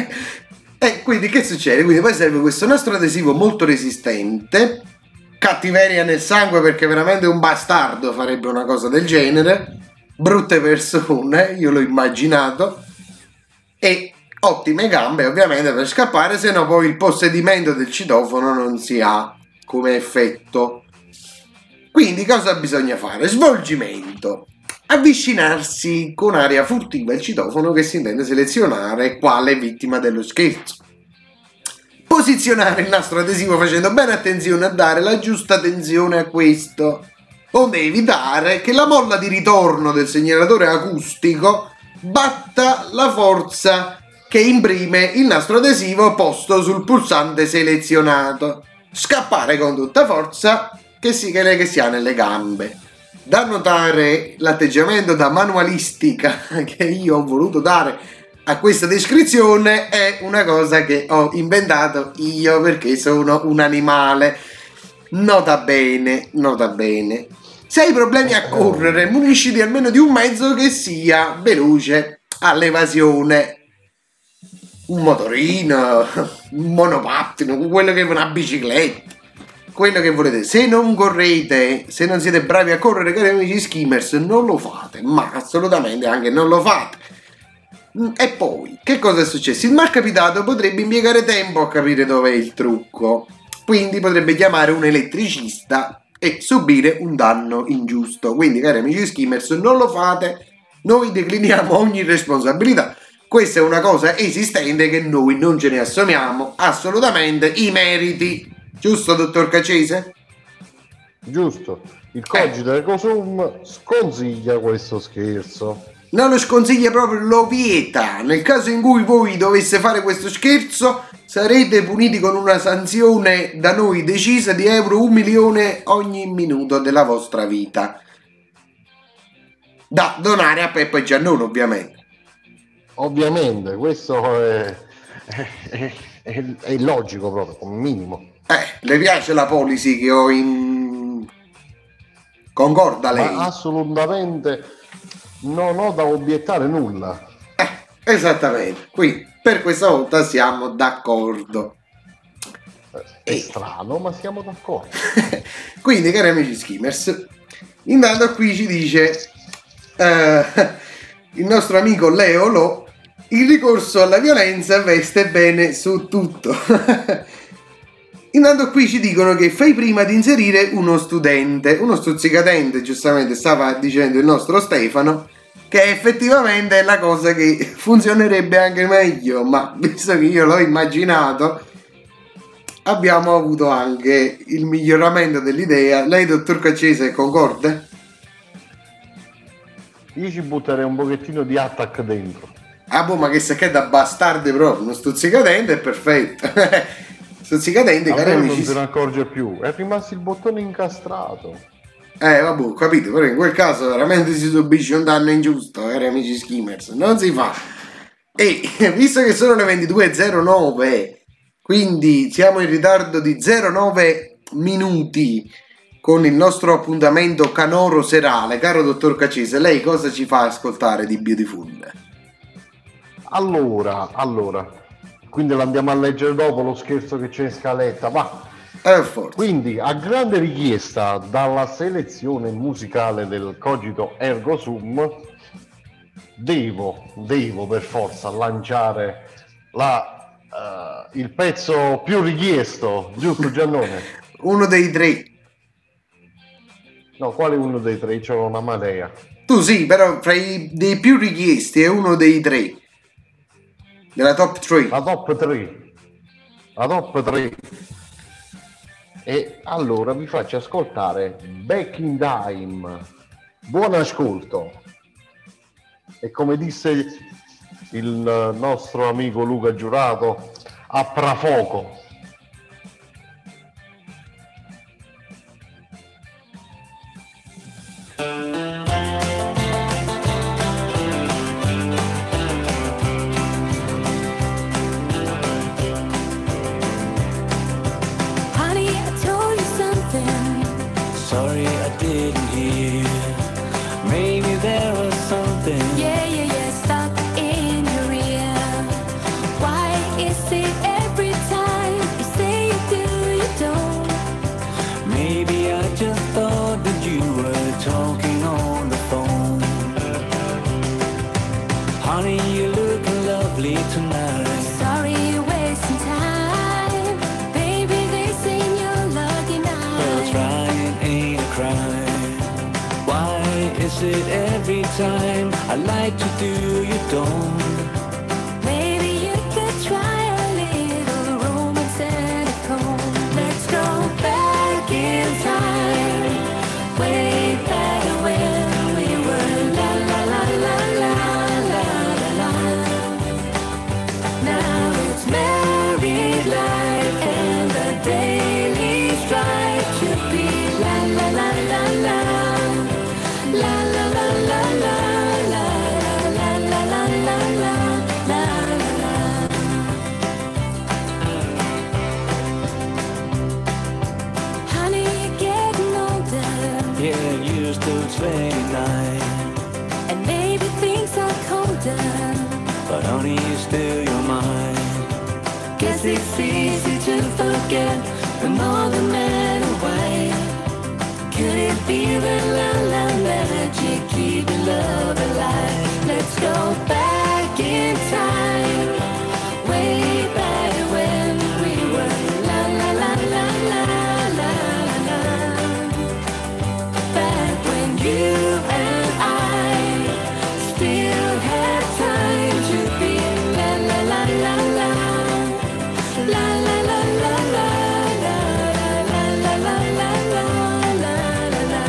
E quindi che succede? Quindi poi serve questo nastro adesivo molto resistente, cattiveria nel sangue, perché veramente un bastardo farebbe una cosa del genere, brutte persone, io l'ho immaginato, e ottime gambe ovviamente per scappare, se no poi il possedimento del citofono non si ha come effetto. Quindi cosa bisogna fare? Svolgimento. Avvicinarsi con aria furtiva il citofono che si intende selezionare quale vittima dello scherzo. Posizionare il nastro adesivo facendo bene attenzione a dare la giusta tensione a questo, onde evitare che la molla di ritorno del segnalatore acustico batta la forza che imprime il nastro adesivo posto sul pulsante selezionato. Scappare con tutta forza che si, che, che si ha nelle gambe. Da notare l'atteggiamento da manualistica che io ho voluto dare a questa descrizione è una cosa che ho inventato io perché sono un animale. Nota bene, nota bene. Se hai problemi a correre, munisciti almeno di un mezzo che sia veloce all'evasione. Un motorino, un monopattino, quello che è una bicicletta, quello che volete. Se non correte, se non siete bravi a correre, cari amici skimmers, non lo fate, ma assolutamente anche non lo fate. E poi, che cosa è successo? Il malcapitato potrebbe impiegare tempo a capire dov'è il trucco, quindi potrebbe chiamare un elettricista e subire un danno ingiusto. Quindi, cari amici skimmers, non lo fate, noi decliniamo ogni responsabilità. Questa è una cosa esistente che noi non ce ne assumiamo assolutamente i meriti. Giusto, dottor Cacese? Giusto. Il cogito ergo sum sconsiglia questo scherzo. Non lo sconsiglia proprio, lo vieta. Nel caso in cui voi dovesse fare questo scherzo, sarete puniti con una sanzione da noi decisa di euro un milione ogni minuto della vostra vita. Da donare a Peppo e Giannone, ovviamente. Ovviamente, questo è, è, è, è logico proprio, un minimo. Eh, le piace la policy che ho in... Concorda lei? Ma assolutamente non ho da obiettare nulla. Eh, esattamente. Qui, per questa volta siamo d'accordo. È e... strano, ma siamo d'accordo. Quindi, cari amici skimmers, intanto qui ci dice eh, il nostro amico Leo Lo: il ricorso alla violenza veste bene su tutto. Intanto qui ci dicono che fai prima di inserire uno studente, uno stuzzicadente, giustamente stava dicendo il nostro Stefano, che effettivamente è la cosa che funzionerebbe anche meglio, ma visto che io l'ho immaginato, abbiamo avuto anche il miglioramento dell'idea. Lei, dottor Cacese, concorda? Io ci butterei un pochettino di attack dentro. Ah boh, ma che se che da bastardi proprio, uno stuzzicadente è perfetto. Stuzzicadente, cari amici. Non se ne accorge più, è rimasto il bottone incastrato. Eh vabbè, ho capito, però in quel caso veramente si subisce un danno ingiusto, cari amici skimmers, non si fa. E visto che sono le ventidue e zero nove, quindi siamo in ritardo di zero nove minuti con il nostro appuntamento canoro serale, caro dottor Cacese, lei cosa ci fa ascoltare di Beautiful? Allora, allora, quindi l'andiamo a leggere dopo lo scherzo che c'è in scaletta, va. Eh, forse. Quindi, a grande richiesta dalla selezione musicale del cogito ergo sum, devo, devo per forza lanciare la, uh, il pezzo più richiesto, giusto Giannone? Uno dei tre. No, quale uno dei tre? C'è una marea. Tu sì, però fra i dei più richiesti è uno dei tre. Della top tre. La top tre. La top tre. E allora vi faccio ascoltare Back in Time. Buon ascolto. E come disse il nostro amico Luca Giurato, a prafoco. Time I like to do, you don't. Maybe you could try a little romance and a comb. Let's go back in time, way back when we were la la la la la la la la. Now it's married life and the daily strive to be la la la la la la la la la. twenty-nine, and maybe things are colder, but honey, you're still your mind. Guess it's easy to forget the more the man away. Could it be the la la magic keeping love alive? Let's go back in time, way back when we were la la la la la la la. Back when you and I still had time to be la la la la la la la la la la la la la la la la.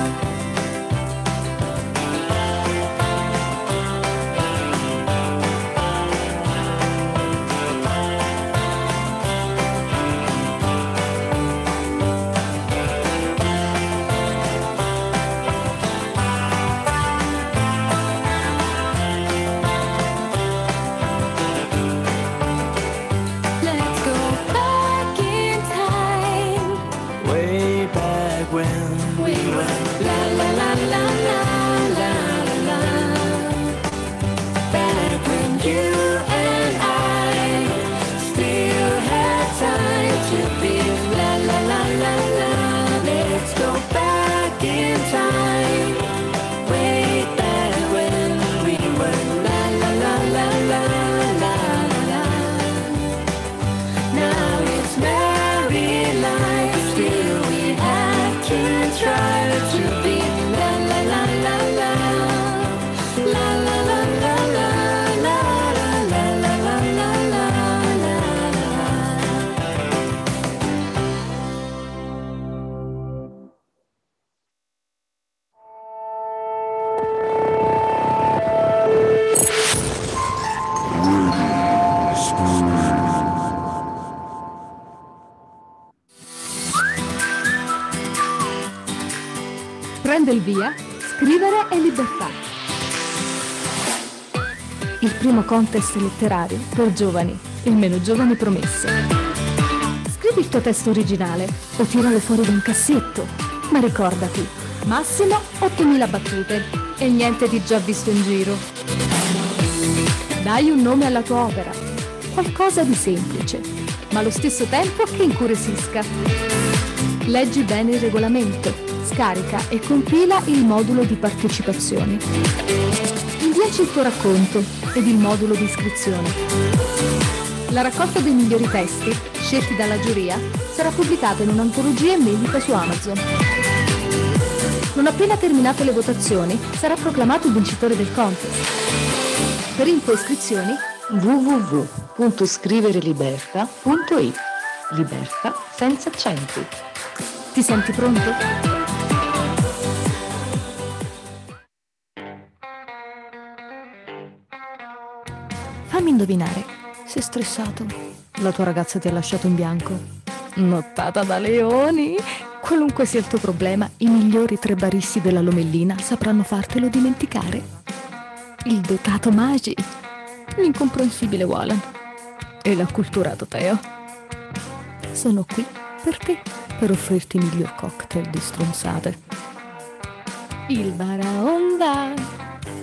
Prende il via, scrivere è libertà. Il primo contest letterario per giovani, il meno giovane promesso. Scrivi il tuo testo originale o tiralo fuori da un cassetto, ma ricordati, massimo ottomila battute e niente di già visto in giro. Dai un nome alla tua opera, qualcosa di semplice, ma allo stesso tempo che incuriosisca. Leggi bene il regolamento. Scarica e compila il modulo di partecipazione. Inviaci il tuo racconto ed il modulo di iscrizione. La raccolta dei migliori testi, scelti dalla giuria, sarà pubblicata in un'antologia inedita su Amazon. Non appena terminate le votazioni, sarà proclamato il vincitore del contest. Per info e iscrizioni w w w punto scrivereliberta punto it. Liberta senza accenti. Ti senti pronto? Fammi indovinare, sei stressato? La tua ragazza ti ha lasciato in bianco? Nottata da leoni? Qualunque sia il tuo problema, i migliori tre baristi della Lomellina sapranno fartelo dimenticare. Il dotato Magi, l'incomprensibile Walan e l'acculturato Teo sono qui per te, per offrirti il miglior cocktail di stronzate. Il Baraonda.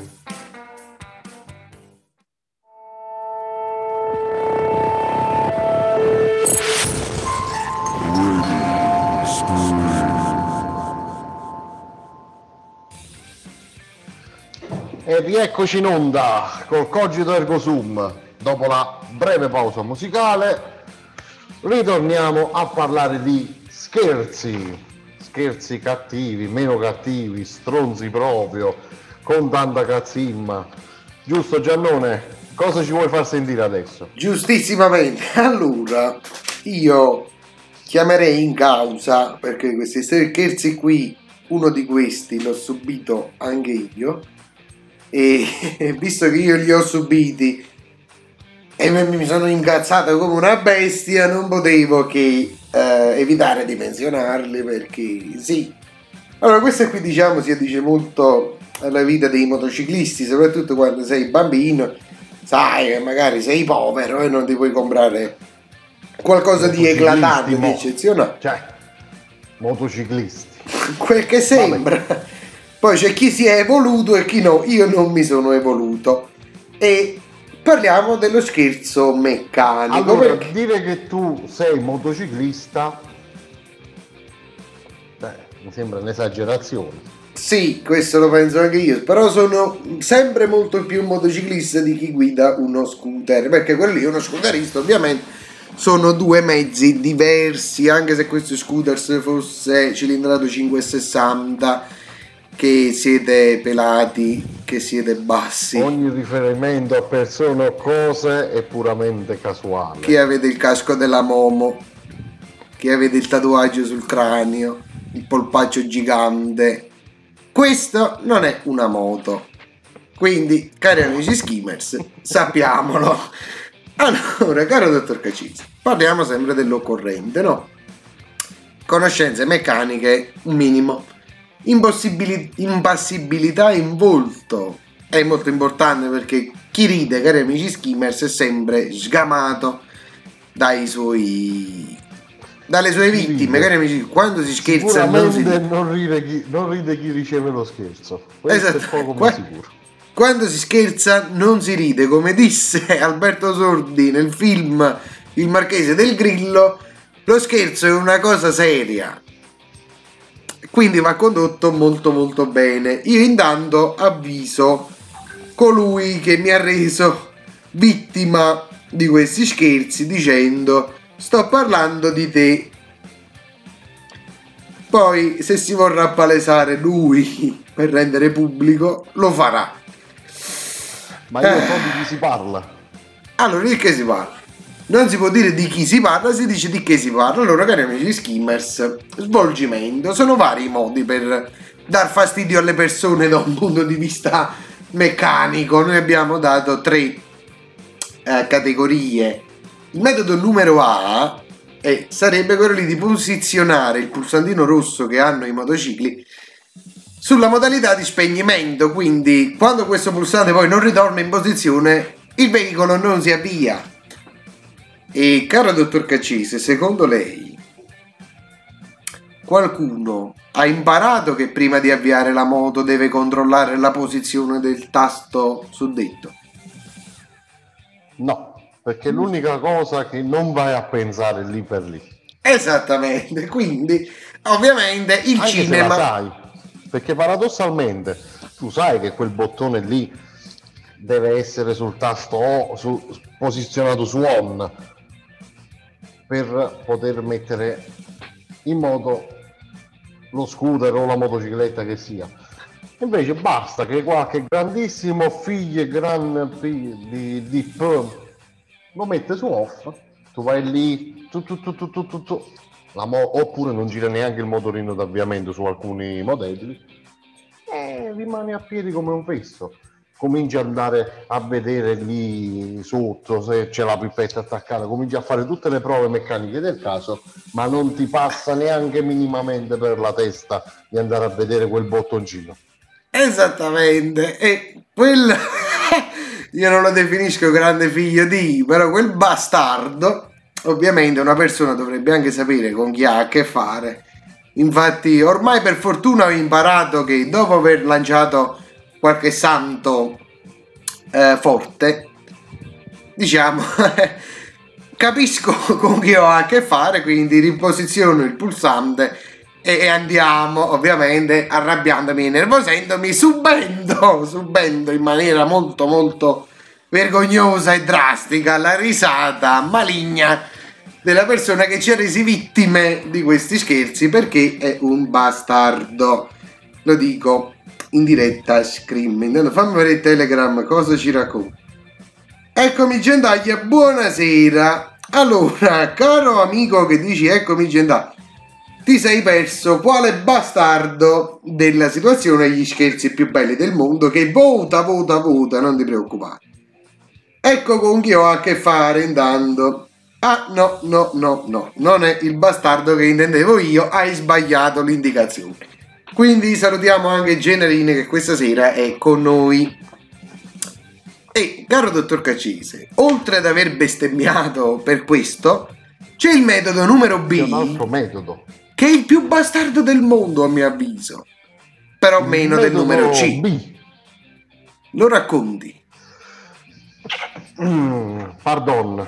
E rieccoci in onda col Cogito Ergo Sum. Dopo la breve pausa musicale ritorniamo a parlare di scherzi, scherzi cattivi, meno cattivi, stronzi proprio, con tanta cazzimma. Giusto Giannone? Cosa ci vuoi far sentire adesso? Giustissimamente, allora io chiamerei in causa, perché questi scherzi qui, uno di questi l'ho subito anche io, e visto che io li ho subiti e mi sono incazzato come una bestia, non potevo che eh, evitare di menzionarli, perché sì. Allora, questo qui diciamo si addice molto alla vita dei motociclisti, soprattutto quando sei bambino, sai che magari sei povero e non ti puoi comprare qualcosa di eclatante, di eccezionale. Cioè, motociclisti. Quel che sembra. Vabbè. Poi c'è chi si è evoluto e chi no, io non mi sono evoluto. E parliamo dello scherzo meccanico. Allora, perché... dire che tu sei motociclista, beh, mi sembra un'esagerazione. Sì, questo lo penso anche io, però sono sempre molto più motociclista di chi guida uno scooter, perché quello lì è uno scooterista, ovviamente sono due mezzi diversi, anche se questo scooter fosse cilindrato cinquecentosessanta, che siete pelati, che siete bassi. Ogni riferimento a persone o cose è puramente casuale. Che avete il casco della Momo, che avete il tatuaggio sul cranio, il polpaccio gigante. Questo non è una moto. Quindi, cari amici skimmers, sappiamolo. Allora, caro dottor Cacisi, parliamo sempre dell'occorrente, no? Conoscenze meccaniche, un minimo. Impossibili- impassibilità in volto è molto importante, perché chi ride, cari amici skimmers, è sempre sgamato dai suoi dalle sue Chi vittime, ride. cari amici. Quando si scherza non si Sicuramente non ride chi, non ride chi riceve lo scherzo. Questo Esatto. è poco Qua- ma sicuro. Quando si scherza non si ride, come disse Alberto Sordi nel film Il Marchese del Grillo. Lo scherzo è una cosa seria, quindi va condotto molto molto bene. Io intanto avviso colui che mi ha reso vittima di questi scherzi dicendo: sto parlando di te. Poi se si vorrà palesare lui per rendere pubblico, lo farà. Ma io Eh. so di chi si parla. Allora, di che si parla? Non si può dire di chi si parla, si dice di che si parla. Allora, cari amici skimmers, svolgimento. Sono vari i modi per dar fastidio alle persone da un punto di vista meccanico. Noi abbiamo dato tre eh, categorie. Il metodo numero A eh, sarebbe quello lì di posizionare il pulsantino rosso che hanno i motocicli sulla modalità di spegnimento. Quindi, quando questo pulsante poi non ritorna in posizione, il veicolo non si avvia. E caro dottor Caccese, secondo lei qualcuno ha imparato che prima di avviare la moto deve controllare la posizione del tasto suddetto? No, perché è l'unica cosa che non vai a pensare lì per lì. Esattamente, quindi ovviamente il Anche cinema... se la sai, perché paradossalmente tu sai che quel bottone lì deve essere sul tasto O, su, posizionato su on, per poter mettere in moto lo scooter o la motocicletta che sia. Invece basta che qualche grandissimo figlio gran di, di P lo mette su off, tu vai lì, tu, tu, tu, tu, tu, tu, tu. La mo- oppure non gira neanche il motorino d'avviamento su alcuni modelli e rimane a piedi come un fesso. Cominci ad andare a vedere lì sotto se c'è la pipetta attaccata, cominci a fare tutte le prove meccaniche del caso, ma non ti passa neanche minimamente per la testa di andare a vedere quel bottoncino. Esattamente, e quel io non lo definisco grande figlio di, però quel bastardo, ovviamente una persona dovrebbe anche sapere con chi ha a che fare. Infatti ormai per fortuna ho imparato che dopo aver lanciato qualche santo eh, forte, diciamo, capisco con chi ho a che fare, quindi riposiziono il pulsante e andiamo, ovviamente arrabbiandomi e nervosendomi, subendo, subendo in maniera molto molto vergognosa e drastica la risata maligna della persona che ci ha resi vittime di questi scherzi, perché è un bastardo. Lo dico in diretta Screaming. Fammi vedere il Telegram cosa ci racconta. Eccomi gentaglia, buonasera. Allora, caro amico che dici eccomi gentaglia, ti sei perso quale bastardo della situazione gli scherzi più belli del mondo, che vota, vota, vota, non ti preoccupare. Ecco con chi ho a che fare intanto. Ah no, no, no, no, non è il bastardo che intendevo io, hai sbagliato l'indicazione. Quindi salutiamo anche Generine che questa sera è con noi. E caro dottor Caccese, oltre ad aver bestemmiato per questo, c'è il metodo numero B, C'è un altro metodo, che è il più bastardo del mondo a mio avviso, però meno del numero C. B. Lo racconti? Mm, pardon.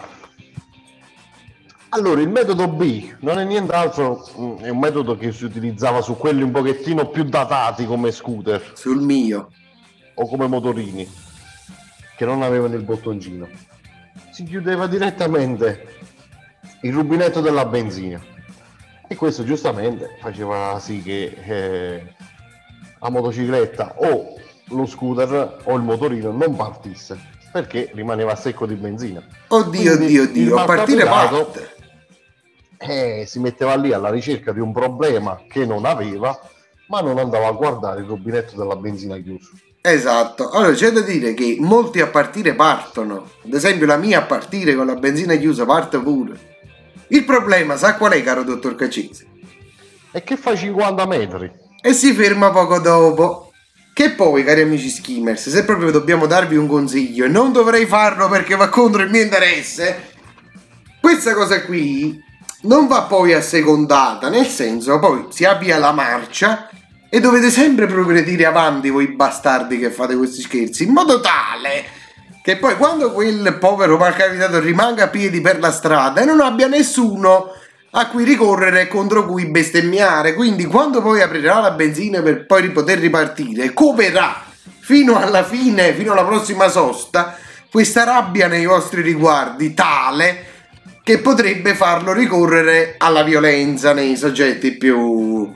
Allora, il metodo B non è nient'altro, è un metodo che si utilizzava su quelli un pochettino più datati come scooter Sul mio. o come motorini che non avevano il bottoncino. Si chiudeva direttamente il rubinetto della benzina e questo giustamente faceva sì che eh, la motocicletta o lo scooter o il motorino non partisse perché rimaneva secco di benzina. Oddio, Quindi oddio, oddio, a partire parte. Eh, si metteva lì alla ricerca di un problema che non aveva, ma non andava a guardare il rubinetto della benzina chiuso. Esatto, allora c'è da dire che molti a partire partono, ad esempio la mia a partire con la benzina chiusa parte pure. Il problema, sa qual è, caro dottor Caccese? E che fa cinquanta metri? E si ferma poco dopo. Che poi, cari amici skimmers, se proprio dobbiamo darvi un consiglio, e non dovrei farlo perché va contro il mio interesse, questa cosa qui non va poi assecondata, nel senso poi si avvia la marcia e dovete sempre progredire avanti voi bastardi che fate questi scherzi, in modo tale che poi quando quel povero malcapitato rimanga a piedi per la strada e non abbia nessuno a cui ricorrere e contro cui bestemmiare, quindi quando poi aprirà la benzina per poi poter ripartire, coverà fino alla fine, fino alla prossima sosta, questa rabbia nei vostri riguardi tale che potrebbe farlo ricorrere alla violenza nei soggetti più,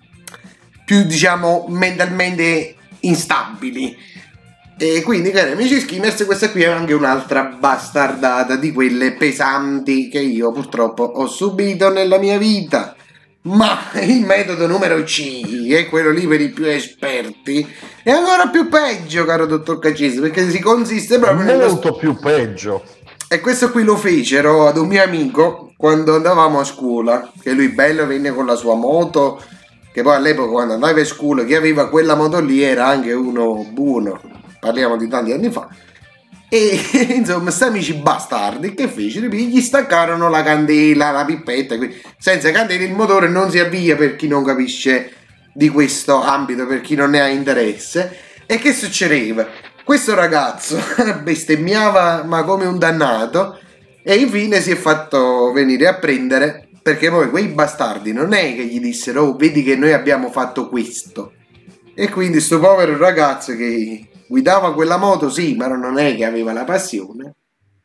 più diciamo, mentalmente instabili. E quindi, cari amici skimmers, questa qui è anche un'altra bastardata di quelle pesanti che io purtroppo ho subito nella mia vita. Ma il metodo numero C, è quello lì per i più esperti, è ancora più peggio, caro dottor Caccese, perché si consiste proprio nello... Molto più peggio. E questo qui lo fecero ad un mio amico quando andavamo a scuola, che lui bello venne con la sua moto, che poi all'epoca quando andava a scuola chi aveva quella moto lì era anche uno buono, parliamo di tanti anni fa, e insomma sti amici bastardi che fecero? Gli staccarono la candela, la pipetta, quindi senza candela il motore non si avvia, per chi non capisce di questo ambito, per chi non ne ha interesse. E che succedeva? Questo ragazzo bestemmiava ma come un dannato e infine si è fatto venire a prendere, perché poi quei bastardi non è che gli dissero oh vedi che noi abbiamo fatto questo, e quindi sto povero ragazzo che guidava quella moto sì ma non è che aveva la passione,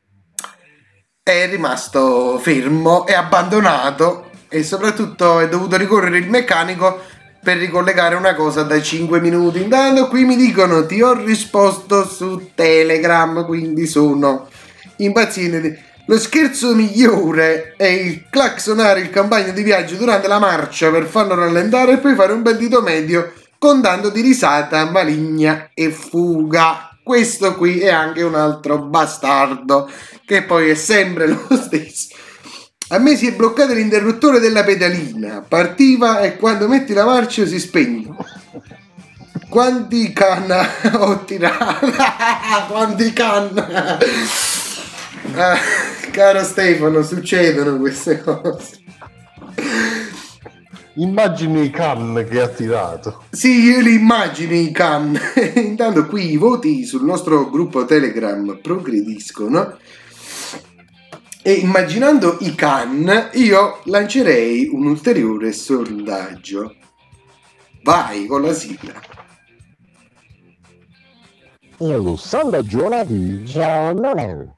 è rimasto fermo e abbandonato, e soprattutto è dovuto ricorrere il meccanico per ricollegare una cosa da cinque minuti. Intanto qui mi dicono ti ho risposto su Telegram, quindi sono impaziente. Lo scherzo migliore è il claxonare il compagno di viaggio durante la marcia per farlo rallentare e poi fare un bel dito medio con tanto di risata maligna e fuga. Questo qui è anche un altro bastardo, che poi è sempre lo stesso. A me si è bloccato l'interruttore della pedalina, partiva e quando metti la marcia si spegne. Quanti canna ho tirato, quanti canna. Ah, caro Stefano, succedono queste cose. Immagini i can che ha tirato. Sì, io li immagino i can. Intanto qui i voti sul nostro gruppo Telegram progrediscono. E immaginando i can, io lancerei un ulteriore sondaggio. Vai con la sigla. Il sondaggio di Giannone.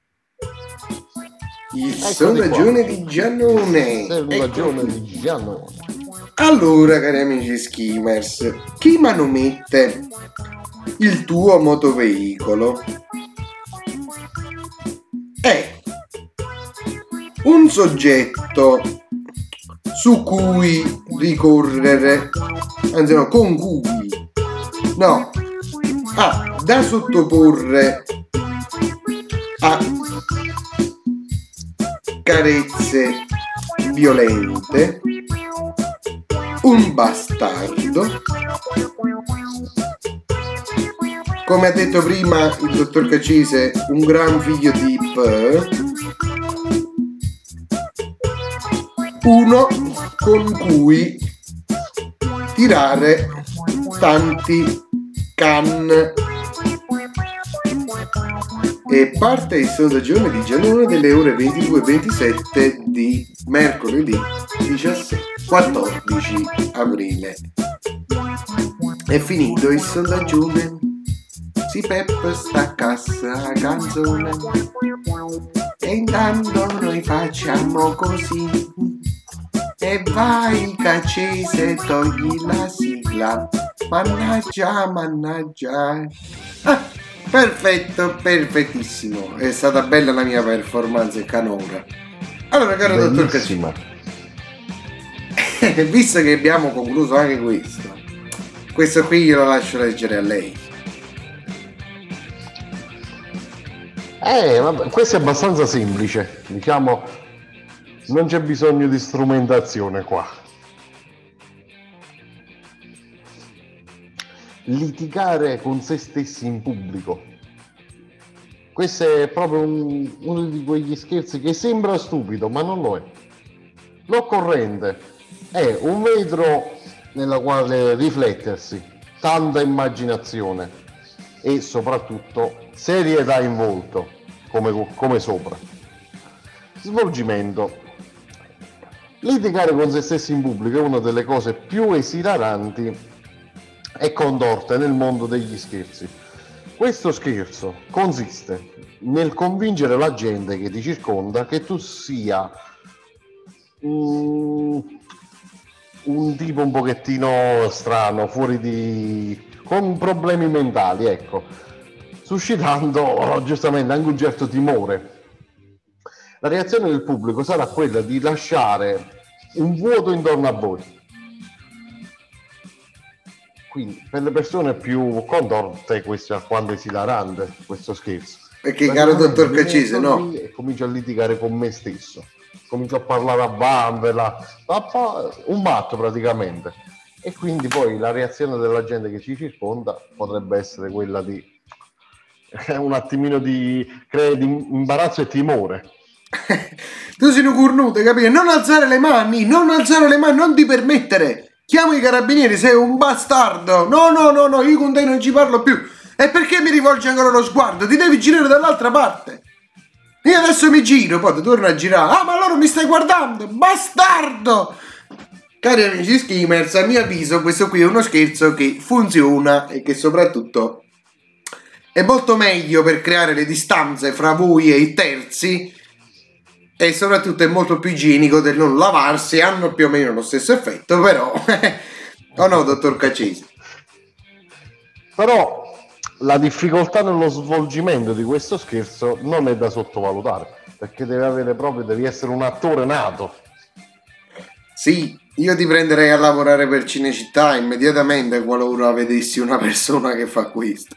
Il sondaggione di Giannone. Il sondaggione di Giannone. Allora, cari amici skimmers, chi manomette il tuo motoveicolo è un soggetto su cui ricorrere, anzi no, con cui, no, ah, da sottoporre a carezze violente, un bastardo, come ha detto prima il dottor Caccese, un gran figlio di P, uno con cui tirare tanti can. E parte il sondaggione di Giannone delle ore ventidue e ventisette di mercoledì quattordici aprile. È finito il sondaggione, si Pep sta a cassa canzone e intanto noi facciamo così. E vai Caccese, togli la sigla, mannaggia, mannaggia. Ah, perfetto, perfettissimo. È stata bella la mia performance canora. Allora, caro dottor Caccese, visto che abbiamo concluso anche questo, questo qui io lo lascio leggere a lei. Eh, vabbè, questo è abbastanza semplice, diciamo, non c'è bisogno di strumentazione qua. Litigare con se stessi in pubblico. Questo è proprio un, uno di quegli scherzi che sembra stupido, ma non lo è. L'occorrente è un vetro nella quale riflettersi, tanta immaginazione e soprattutto serietà in volto, come, come sopra. Svolgimento. Litigare con se stessi in pubblico è una delle cose più esilaranti e contorte nel mondo degli scherzi. Questo scherzo consiste nel convincere la gente che ti circonda che tu sia um, un tipo un pochettino strano, fuori di... con problemi mentali, ecco, suscitando oh, giustamente anche un certo timore. La reazione del pubblico sarà quella di lasciare un vuoto intorno a voi. Quindi per le persone più contorte questo è alquanto esilarante, questo scherzo. Perché caro dottor Caccese, no? E comincio a litigare con me stesso, comincio a parlare a vanvera, un matto praticamente. E quindi poi la reazione della gente che ci circonda potrebbe essere quella di un attimino di, crea di imbarazzo e timore. Tu sei un cornuto, capito? Non alzare le mani, non alzare le mani, non ti permettere. Chiamo i carabinieri, sei un bastardo. No, no, no, no, io con te non ci parlo più. E perché mi rivolgi ancora lo sguardo? Ti devi girare dall'altra parte. Io adesso mi giro, poi ti torno a girare. Ah, ma allora mi stai guardando, bastardo! Cari amici skimmers, a mio avviso questo qui è uno scherzo che funziona e che soprattutto è molto meglio per creare le distanze fra voi e i terzi. E soprattutto è molto più igienico del non lavarsi, hanno più o meno lo stesso effetto, però O no, dottor Caccese? Però la difficoltà nello svolgimento di questo scherzo non è da sottovalutare, perché deve avere proprio, devi essere un attore nato. Sì, io ti prenderei a lavorare per Cinecittà immediatamente qualora vedessi una persona che fa questo.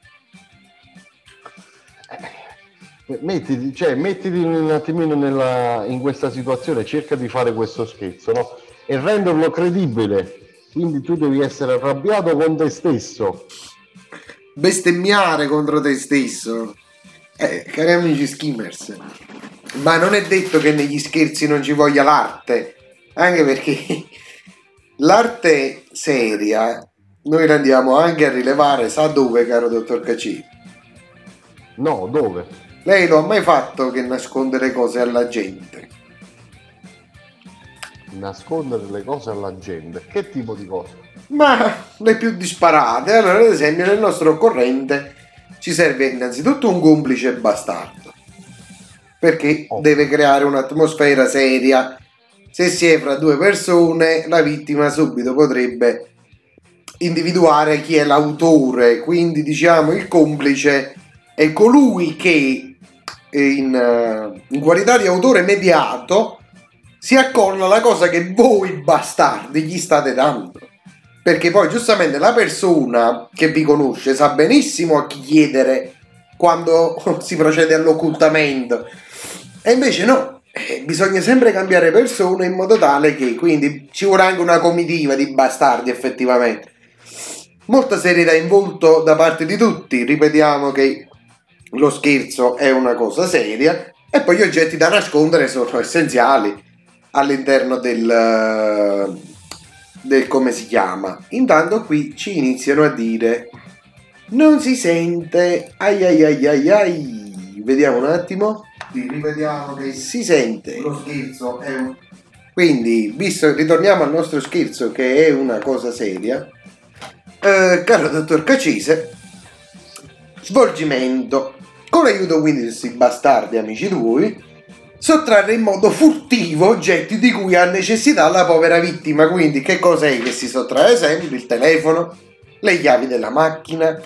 Mettiti, cioè, mettiti un attimino nella, in questa situazione, cerca di fare questo scherzo, no? E renderlo credibile. Quindi tu devi essere arrabbiato con te stesso. Bestemmiare contro te stesso. Eh, cari amici skimmers, ma non è detto che negli scherzi non ci voglia l'arte, anche perché l'arte seria noi la andiamo anche a rilevare, sa dove, caro dottor Caccese? No, dove? Lei lo ha mai fatto che nascondere cose alla gente? Nascondere le cose alla gente? Che tipo di cose? Ma le più disparate. Allora, ad esempio, nel nostro occorrente ci serve innanzitutto un complice bastardo, perché Oh. deve creare un'atmosfera seria. Se si è fra due persone, la vittima subito potrebbe individuare chi è l'autore, quindi diciamo il complice è colui che in, in qualità di autore mediato si accolla alla cosa che voi bastardi gli state dando, perché poi giustamente la persona che vi conosce sa benissimo a chi chiedere quando si procede all'occultamento, e invece no, eh, bisogna sempre cambiare persone in modo tale che quindi ci vorrà anche una comitiva di bastardi. Effettivamente molta serietà in volto da parte di tutti, ripetiamo che lo scherzo è una cosa seria e poi gli oggetti da nascondere sono essenziali all'interno del, del come si chiama. Intanto qui ci iniziano a dire non si sente, ai ai ai ai ai, vediamo un attimo, rivediamo che si sente, lo scherzo è un... quindi visto ritorniamo al nostro scherzo che è una cosa seria, eh, caro dottor Caccese, svolgimento. Con l'aiuto quindi di questi bastardi amici tuoi, sottrarre in modo furtivo oggetti di cui ha necessità la povera vittima. Quindi che cos'è che si sottrae sempre? Il telefono, le chiavi della macchina,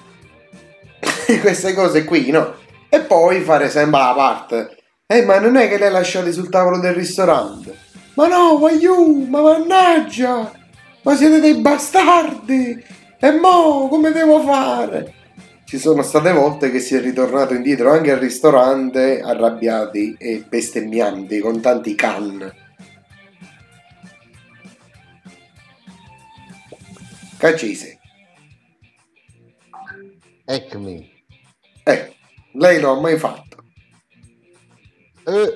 queste cose qui, no? E poi fare sempre la parte. Eh, ma non è che le hai lasciate sul tavolo del ristorante? Ma no, voglio, ma mannaggia, ma siete dei bastardi! E mo, come devo fare? Ci sono state volte che si è ritornato indietro anche al ristorante arrabbiati e bestemmianti con tanti can. Caccese. Eccomi. Eh, lei lo ha mai fatto? Eh.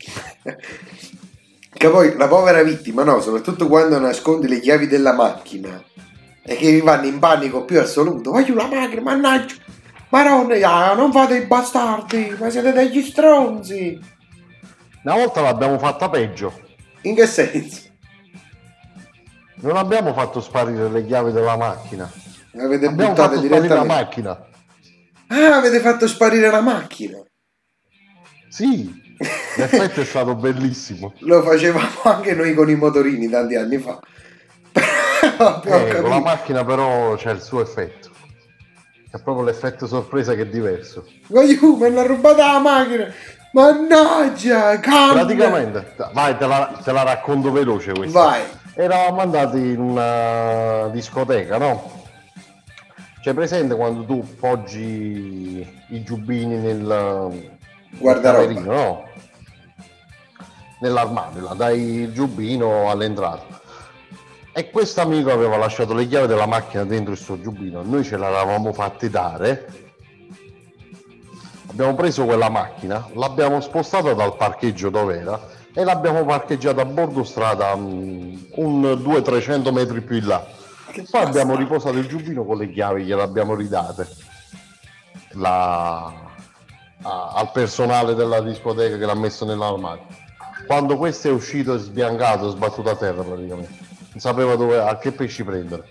Che poi la povera vittima, no, soprattutto quando nascondi le chiavi della macchina e che vanno in panico più assoluto. Voglio la macchina, mannaggia, maronna, non fate i bastardi, ma siete degli stronzi. Una volta l'abbiamo fatta peggio. In che senso? Non abbiamo fatto sparire le chiavi della macchina. Avete abbiamo buttato fatto sparire la direttamente macchina. Ah, avete fatto sparire la macchina. Sì, l'effetto è stato bellissimo. Lo facevamo anche noi con i motorini tanti anni fa. Eh, con la macchina però c'è il suo effetto. C'è proprio l'effetto sorpresa che è diverso. Voglio, me l'ha rubata la macchina. Mannaggia, cambia. Praticamente, vai, te la, te la racconto veloce questa. Vai. Eravamo andati in una discoteca, no? C'è presente quando tu poggi i giubbini nel guardaroba, no? Nell'armadio, là, dai il giubbino all'entrata. E questo amico aveva lasciato le chiavi della macchina dentro il suo giubbino. Noi ce l'avevamo fatti dare. Abbiamo preso quella macchina, l'abbiamo spostata dal parcheggio dove era e l'abbiamo parcheggiata a bordo strada um, un duecento trecento metri più in là. Che poi abbiamo riposato il giubbino con le chiavi, gliel'abbiamo ridate la... a... al personale della discoteca che l'ha messo nell'armadio. Quando questo è uscito è sbiancato, è sbattuto a terra praticamente. Non sapeva dove, a che pesci prendere.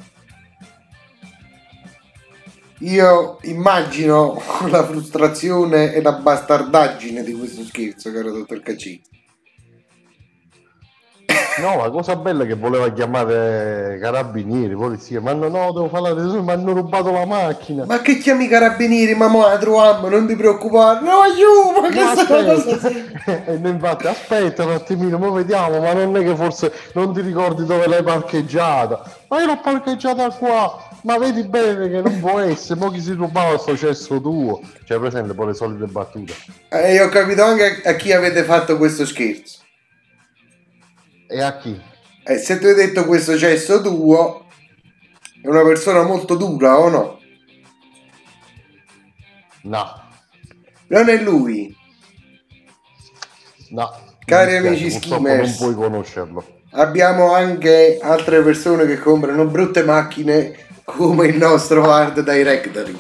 Io immagino la frustrazione e la bastardaggine di questo scherzo, caro dottor Caccese. No, la cosa bella è che voleva chiamare carabinieri, polizia, ma no, no, devo fare la tesoro, mi hanno rubato la macchina. Ma che chiami i carabinieri? Ma mo la troviamo, non ti preoccupare. No, aiuto, ma che sta cosa? E noi infatti, aspetta un attimino, mo vediamo, ma non è che forse non ti ricordi dove l'hai parcheggiata? Ma io l'ho parcheggiata qua, ma vedi bene che non può essere, mo chi si rubava sto cesso tuo. Cioè, presente poi le solite battute. E eh, io ho capito anche a chi avete fatto questo scherzo. E a chi? Eh, se tu hai detto questo cesso tuo, è una persona molto dura o no? No. Non è lui. No. Cari amici skimmers, non puoi conoscerlo. Abbiamo anche altre persone che comprano brutte macchine come il nostro Art Directory.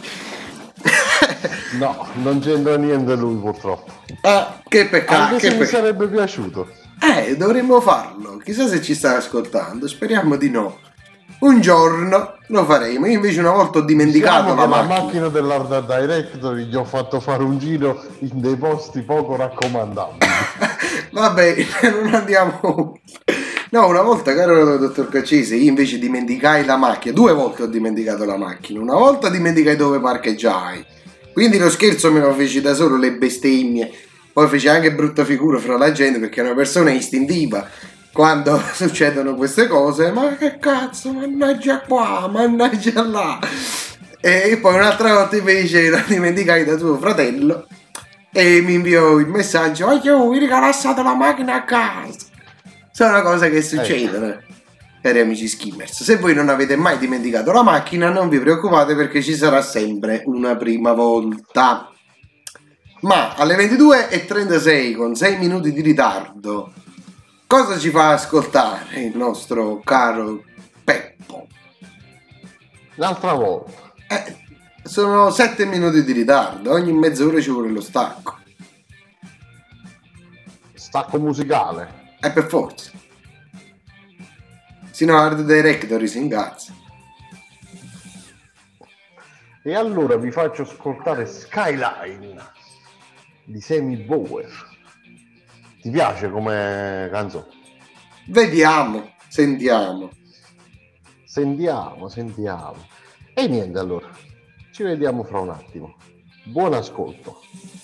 No, non c'entra niente lui purtroppo. Ah, che peccato. Anche che se pe- mi sarebbe piaciuto. Eh, dovremmo farlo. Chissà se ci sta ascoltando. Speriamo di no. Un giorno lo faremo. Io invece una volta ho dimenticato diciamo la che macchina. La macchina dell'Art Directory gli ho fatto fare un giro in dei posti poco raccomandabili. Vabbè, non andiamo. No, una volta, caro dottor Caccese, io invece dimenticai la macchina. Due volte ho dimenticato la macchina. Una volta dimenticai dove parcheggiai. Quindi lo scherzo me lo feci da solo, le bestemmie. Poi feci anche brutta figura fra la gente perché è una persona istintiva. Quando succedono queste cose, ma che cazzo, mannaggia qua, mannaggia là. E poi un'altra volta invece la dimenticai da tuo fratello e mi inviò il messaggio: oh, io mi ricalassato la macchina a casa. Sono cose che succedono, eh. Cari amici skimmers. Se voi non avete mai dimenticato la macchina, non vi preoccupate perché ci sarà sempre una prima volta. Ma alle ventidue e trentasei, con sei minuti di ritardo, cosa ci fa ascoltare il nostro caro Peppo? L'altra volta. Eh, sono sette minuti di ritardo, ogni mezz'ora ci vuole lo stacco. Stacco musicale. E per forza. Sino Art Directory si ingazza. E allora vi faccio ascoltare Skyline di Sammy Bauer. Ti piace come canzone? Vediamo, sentiamo. Sentiamo, sentiamo. E niente, allora, ci vediamo fra un attimo. Buon ascolto.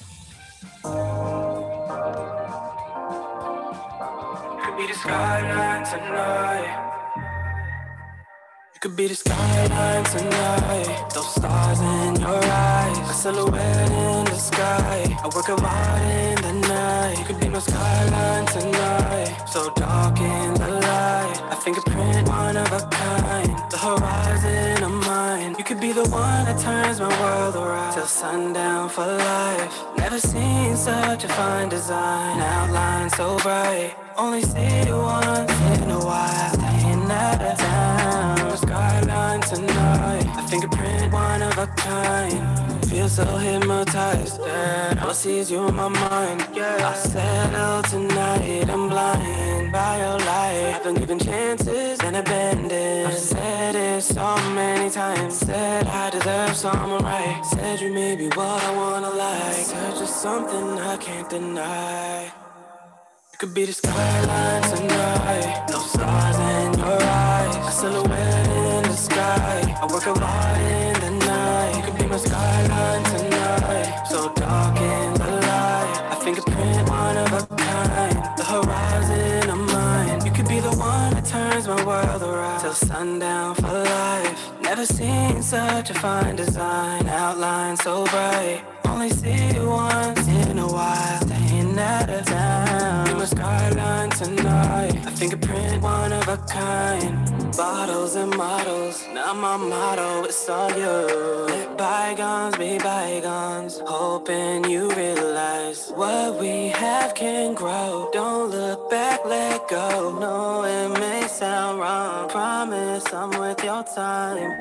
Could be the skyline tonight. You could be the skyline tonight. Those stars in your eyes, a silhouette in the sky. I work a lot in the night. You could be my skyline tonight. So dark in the light, a fingerprint, one of a kind. The horizon of mine. You could be the one that turns my world around. Till sundown for life. Never seen such a fine design. Outline so bright. Only see you once in a while. Staying out of town. Skyline tonight. A fingerprint, one of a kind. Feel so hypnotized that all I see is you in my mind. Yeah, I settle tonight. I'm blind by your light. I've been given chances and abandoned. I've said it so many times. Said I deserve someone right. Said you may be what I wanna like. Said just something I can't deny. You could be the skyline tonight. No stars in your eyes. A silhouette in the sky. I work a lot in the night. You could be my skyline tonight. So dark in the light. A fingerprint, one of a kind. The horizon of mine. You could be the one that turns my world around. Till sundown for life. Never seen such a fine design. Outline so bright. Only see you once in a while. Staying out of town. Be my skyline tonight. A fingerprint, one of a kind. Bottles and models, not my motto, it's all you. Let bygones be bygones. Hoping you realize what we have can grow. Don't look back, let go. No, it may sound wrong. Promise I'm worth your time.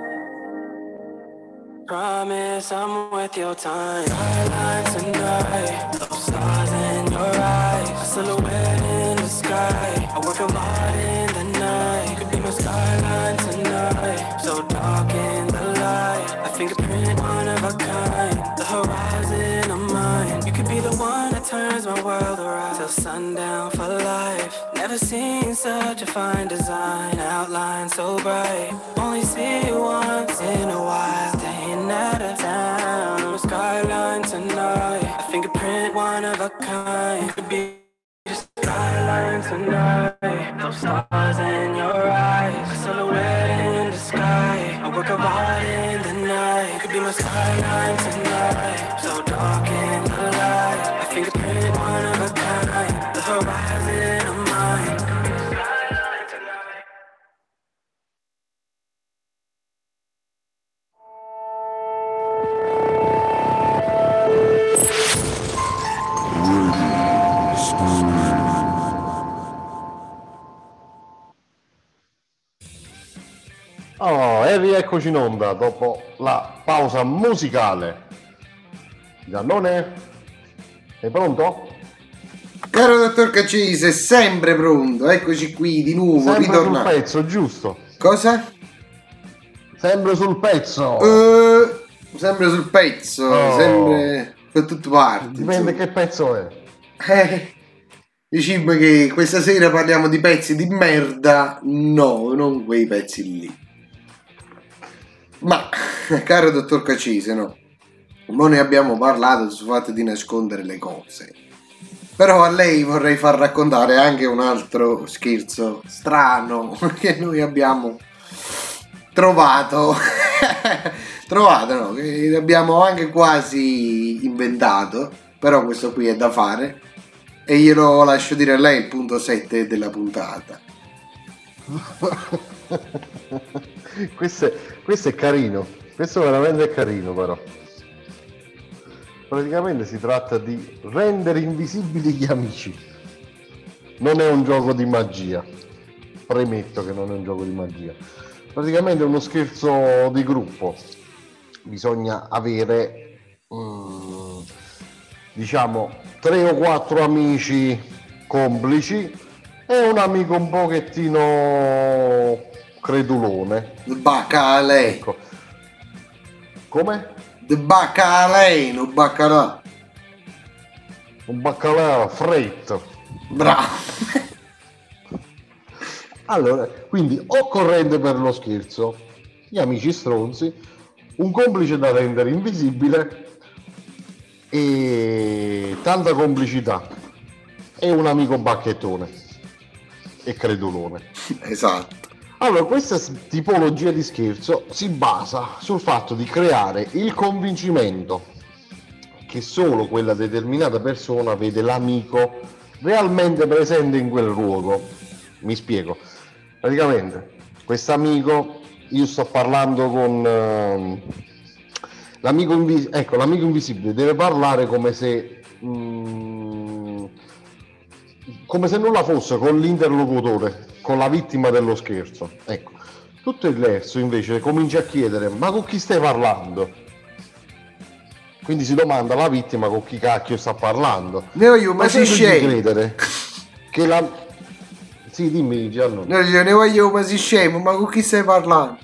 Promise I'm worth your time. Skyline tonight. Those stars in your eyes. A silhouette in the sky. I work a lot in the night. You could be my skyline tonight. So dark in the light. A fingerprint, one of a kind. The horizon of mine. You could be the one that turns my world around. Till sundown for life. Never seen such a fine design, outline so bright. Only see it once in a while. Staying out of town on the skyline tonight. A fingerprint, one of a kind. Could be just a skyline tonight. Those stars in your eyes, a silhouette in the sky. A work of art in the night. Could be my skyline tonight. So dark in the light. A fingerprint, one of a kind. The horizon of mine. Oh, e rieccoci in onda dopo la pausa musicale. Giannone, sei pronto? Caro dottor Caccese, sempre pronto, eccoci qui di nuovo, sempre ritornato. sul pezzo, giusto? Cosa? Sempre sul pezzo. Uh, sempre sul pezzo, Oh. sempre per tutte parti. Dipende insomma. che pezzo è. Eh, diciamo che questa sera parliamo di pezzi di merda, no, non quei pezzi lì. Ma, caro dottor Caccese, no, mo ne abbiamo parlato sul fatto di nascondere le cose. Però a lei vorrei far raccontare anche un altro scherzo strano che noi abbiamo trovato. trovato, no, che abbiamo anche quasi inventato, però questo qui è da fare e glielo lascio dire a lei il punto sette della puntata. questo, è, questo è carino, questo veramente è carino però. Praticamente si tratta di rendere invisibili gli amici. Non è un gioco di magia, premetto che non è un gioco di magia. Praticamente è uno scherzo di gruppo. Bisogna avere mm, diciamo tre o quattro amici complici e un amico un pochettino credulone. Baccalei. Ecco. Come? De baccalei, non baccalà. Un baccalà freddo. Bravo. Allora, quindi occorrente per lo scherzo, gli amici stronzi, un complice da rendere invisibile e tanta complicità e un amico bacchettone e credulone. Esatto. Allora, questa tipologia di scherzo si basa sul fatto di creare il convincimento che solo quella determinata persona vede l'amico realmente presente in quel luogo. Mi spiego. Praticamente, quest'amico, io sto parlando con uh, l'amico invisibile, ecco, l'amico invisibile deve parlare come se mm, come se nulla fosse con l'interlocutore, con la vittima dello scherzo. Ecco, tutto il resto invece comincia a chiedere: ma con chi stai parlando? Quindi si domanda alla vittima con chi cacchio sta parlando. No, io, ma, ma si sceglie credere che la sì, dimmi Gianno. No, io ne voglio, ma si scemo, ma con chi stai parlando?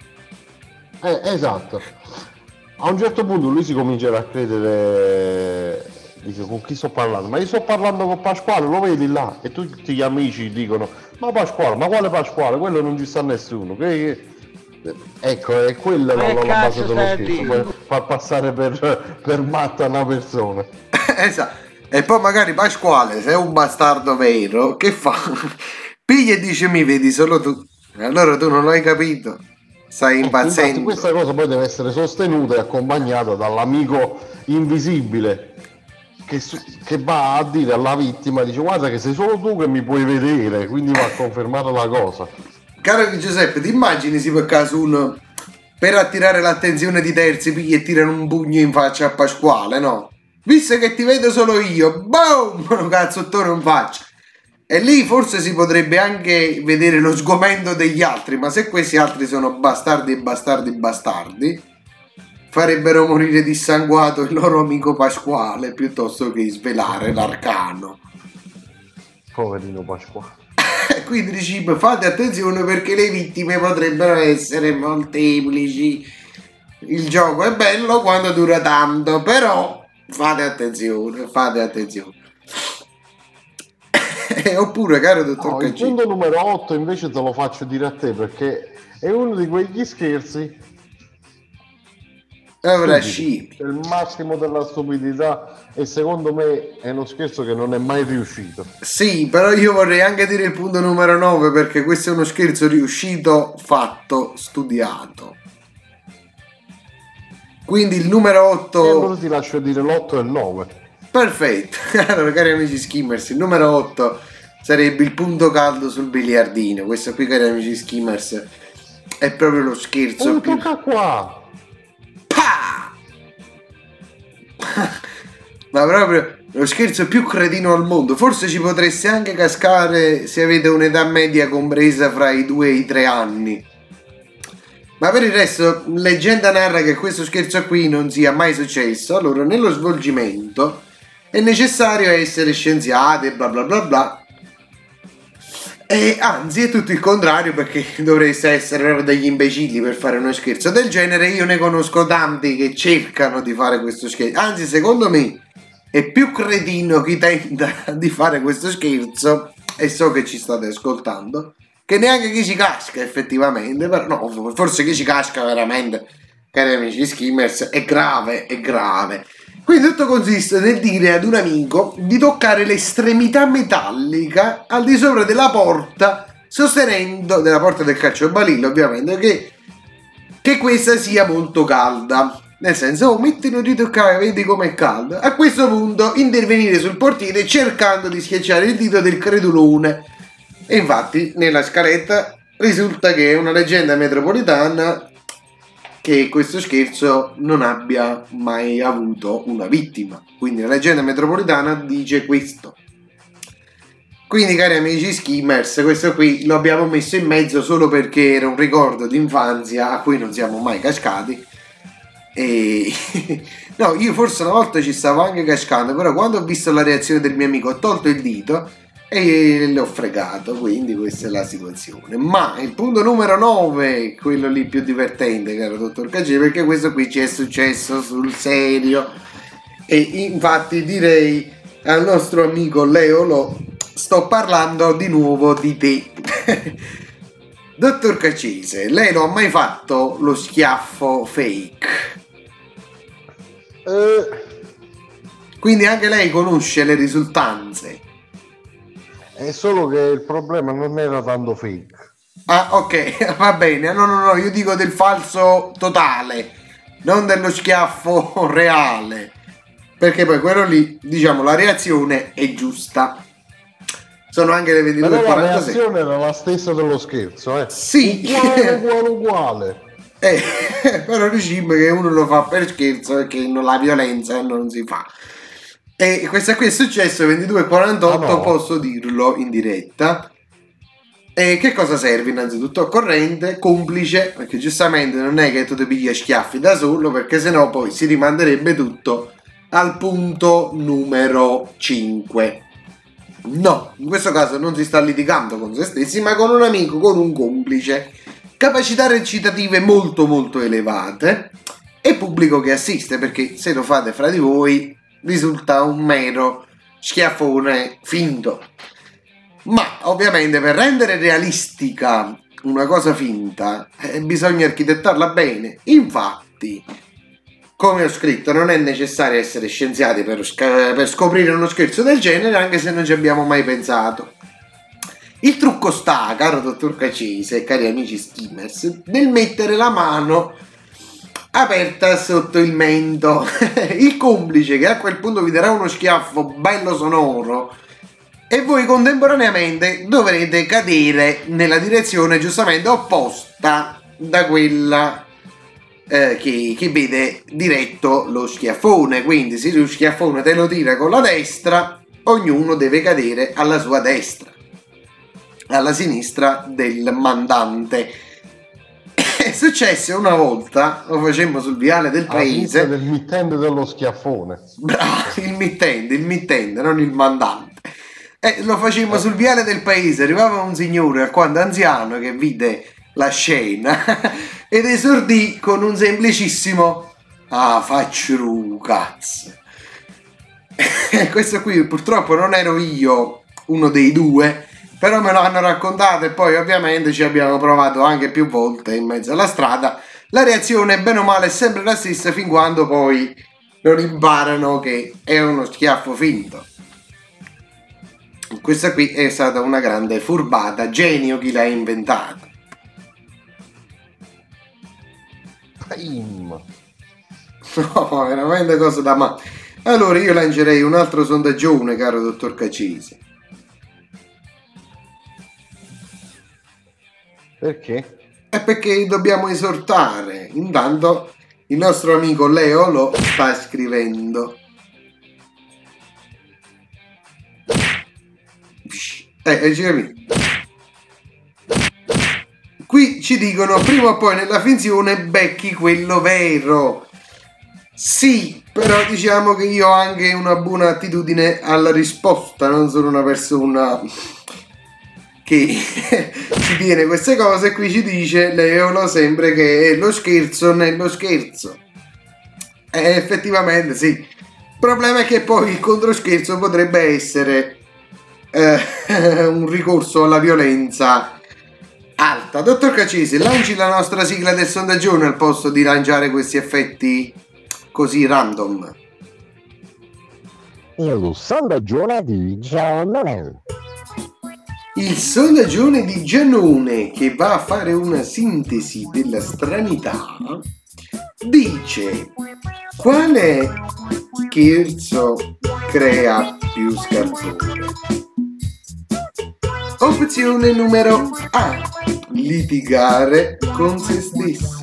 Eh, esatto. A un certo punto lui si comincerà a credere, dice: con chi sto parlando? Ma io sto parlando con Pasquale, lo vedi là? E tutti gli amici dicono: ma Pasquale, ma quale Pasquale? Quello non ci sta nessuno. Che... Ecco, è quella la, la base dello scherzo, per far passare per, per matta una persona. Esatto. E poi magari Pasquale, se è un bastardo vero, che fa? Piglia e dice: mi vedi solo tu. E allora tu non l'hai capito. Stai impazzendo. Infatti, questa cosa poi deve essere sostenuta e accompagnata dall'amico invisibile che, che va a dire alla vittima, dice: guarda che sei solo tu che mi puoi vedere, quindi va a confermare la cosa. Caro Giuseppe, ti immagini se per caso uno, per attirare l'attenzione di terzi, piglia e tirano un pugno in faccia a Pasquale, no? Visto che ti vedo solo io, boom, cazzo tu non faccio. E lì forse si potrebbe anche vedere lo sgomento degli altri, ma se questi altri sono bastardi e bastardi bastardi, farebbero morire dissanguato il loro amico Pasquale piuttosto che svelare l'arcano. Poverino Pasquale. Quindi dici, fate attenzione perché le vittime potrebbero essere molteplici. Il gioco è bello quando dura tanto, però fate attenzione, fate attenzione. Oppure, caro dottor no, Caggi, il punto numero otto invece te lo faccio dire a te, perché è uno di quegli scherzi ora stupidi, il massimo della stupidità, e secondo me è uno scherzo che non è mai riuscito. Sì, però io vorrei anche dire il punto numero nove, perché questo è uno scherzo riuscito, fatto, studiato. Quindi il numero otto... E allora ti lascio dire l'otto e il nove. Perfetto. Allora, cari amici skimmers, il numero otto sarebbe il punto caldo sul biliardino. Questo qui, cari amici skimmers, è proprio lo scherzo e più... tocca qua! Pa! Ma proprio lo scherzo più cretino al mondo. Forse ci potreste anche cascare se avete un'età media compresa fra i due e i tre anni. Ma per il resto, leggenda narra che questo scherzo qui non sia mai successo. Allora, nello svolgimento è necessario essere scienziati e bla bla bla bla. E anzi, è tutto il contrario, perché dovreste essere proprio degli imbecilli per fare uno scherzo del genere. Io ne conosco tanti che cercano di fare questo scherzo. Anzi, secondo me è più cretino chi tenta di fare questo scherzo, e so che ci state ascoltando, che neanche chi ci casca effettivamente. Però no, forse chi ci casca veramente, cari amici skimmers, è grave, è grave. Quindi tutto consiste nel dire ad un amico di toccare l'estremità metallica al di sopra della porta, sostenendo, della porta del calciobalillo ovviamente, che, che questa sia molto calda. Nel senso, oh, mettilo di toccare, vedi com'è calda. A questo punto intervenire sul portiere cercando di schiacciare il dito del credulone. E infatti nella scaletta risulta che è una leggenda metropolitana che questo scherzo non abbia mai avuto una vittima. Quindi la leggenda metropolitana dice questo. Quindi, cari amici skimmers, questo qui lo abbiamo messo in mezzo solo perché era un ricordo d'infanzia a cui non siamo mai cascati. E no, io forse una volta ci stavo anche cascando, però quando ho visto la reazione del mio amico ho tolto il dito e l'ho fregato. Quindi questa è la situazione. Ma il punto numero nove, quello lì più divertente, caro dottor Caggi, perché questo qui ci è successo sul serio. E infatti direi al nostro amico Leolo, sto parlando di nuovo di te. Dottor Caccese, lei non ha mai fatto lo schiaffo fake? Eh, Quindi anche lei conosce le risultanze? è solo che il problema non era tanto fake. Ah, ok, va bene. No, no, no, io dico del falso totale, non dello schiaffo reale. Perché poi quello lì, diciamo, la reazione è giusta. Sono anche le ventidue e quarantasei. La reazione era la stessa dello scherzo, eh? Sì. Uguale, uguale, uguale. Eh, però diciamo che uno lo fa per scherzo e che la violenza non si fa. E questa qui è successo ventidue e quarantotto, ah, no. Posso dirlo in diretta. E che cosa serve? Innanzitutto corrente, complice, perché giustamente non è che tu ti pigli a schiaffi da solo, perché sennò poi si rimanderebbe tutto al punto numero cinque. No, in questo caso non si sta litigando con se stessi, ma con un amico, con un complice. Capacità recitative molto molto elevate e pubblico che assiste, perché se lo fate fra di voi risulta un mero schiaffone finto. Ma ovviamente per rendere realistica una cosa finta eh, bisogna architettarla bene. Infatti, come ho scritto, non è necessario essere scienziati per, sc- per scoprire uno scherzo del genere, anche se non ci abbiamo mai pensato. Il trucco sta, caro dottor Caccese e cari amici skimmers, nel mettere la mano aperta sotto il mento. Il complice, che a quel punto vi darà uno schiaffo bello sonoro, e voi contemporaneamente dovrete cadere nella direzione giustamente opposta da quella eh, che, che vede diretto lo schiaffone. Quindi se lo schiaffone te lo tira con la destra, ognuno deve cadere alla sua destra, alla sinistra del mandante. È successo una volta, lo facemmo sul viale del paese, del mittente dello schiaffone. Bravo, il mittente, il mittente, non il mandante. E lo facemmo sul viale del paese. Arrivava un signore alquanto anziano che vide la scena ed esordì con un semplicissimo "ah, faccio cazzo". Questo qui purtroppo non ero io uno dei due, però me lo hanno raccontato e poi ovviamente ci abbiamo provato anche più volte in mezzo alla strada. La reazione bene o male è sempre la stessa fin quando poi non imparano che è uno schiaffo finto. Questa qui è stata una grande furbata, genio chi l'ha inventata. No, veramente cosa da male. Allora io lancerei un altro sondaggione, caro dottor Cacisi. Perché? È perché dobbiamo esortare. Intanto il nostro amico Leo lo sta scrivendo. Eh, eh, qui ci dicono prima o poi nella finzione becchi quello vero. Sì, però diciamo che io ho anche una buona attitudine alla risposta, non sono una persona che ci tiene queste cose. Qui ci dice Leo sempre che è lo scherzo nello scherzo. E effettivamente sì. Il problema è che poi il controscherzo potrebbe essere eh, un ricorso alla violenza alta. Dottor Cacisi, lanci la nostra sigla del sondaggione al posto di lanciare questi effetti così random. Il sondaggione di Giannone. Il sondaggione di Giannone, che va a fare una sintesi della stranità, dice: quale scherzo crea più scarpone? Opzione numero A: litigare con se stessi.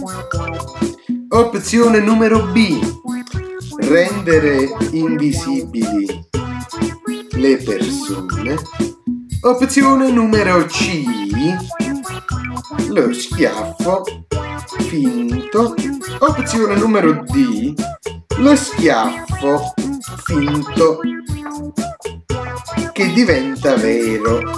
Opzione numero B: rendere invisibili le persone. Opzione numero C: lo schiaffo finto. Opzione numero D: lo schiaffo finto che diventa vero.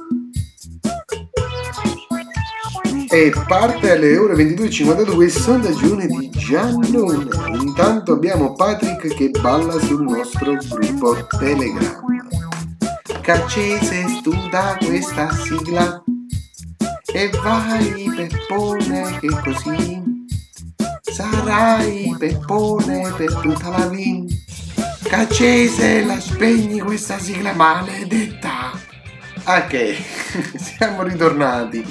E parte alle ore ventidue e cinquantadue il sondaggione di Giannone. Intanto abbiamo Patrick che balla sul nostro gruppo Telegram. Cacese, studia questa sigla e vai Peppone che così sarai Peppone per tutta la vita. Cacese, la spegni questa sigla maledetta. Ok, siamo ritornati.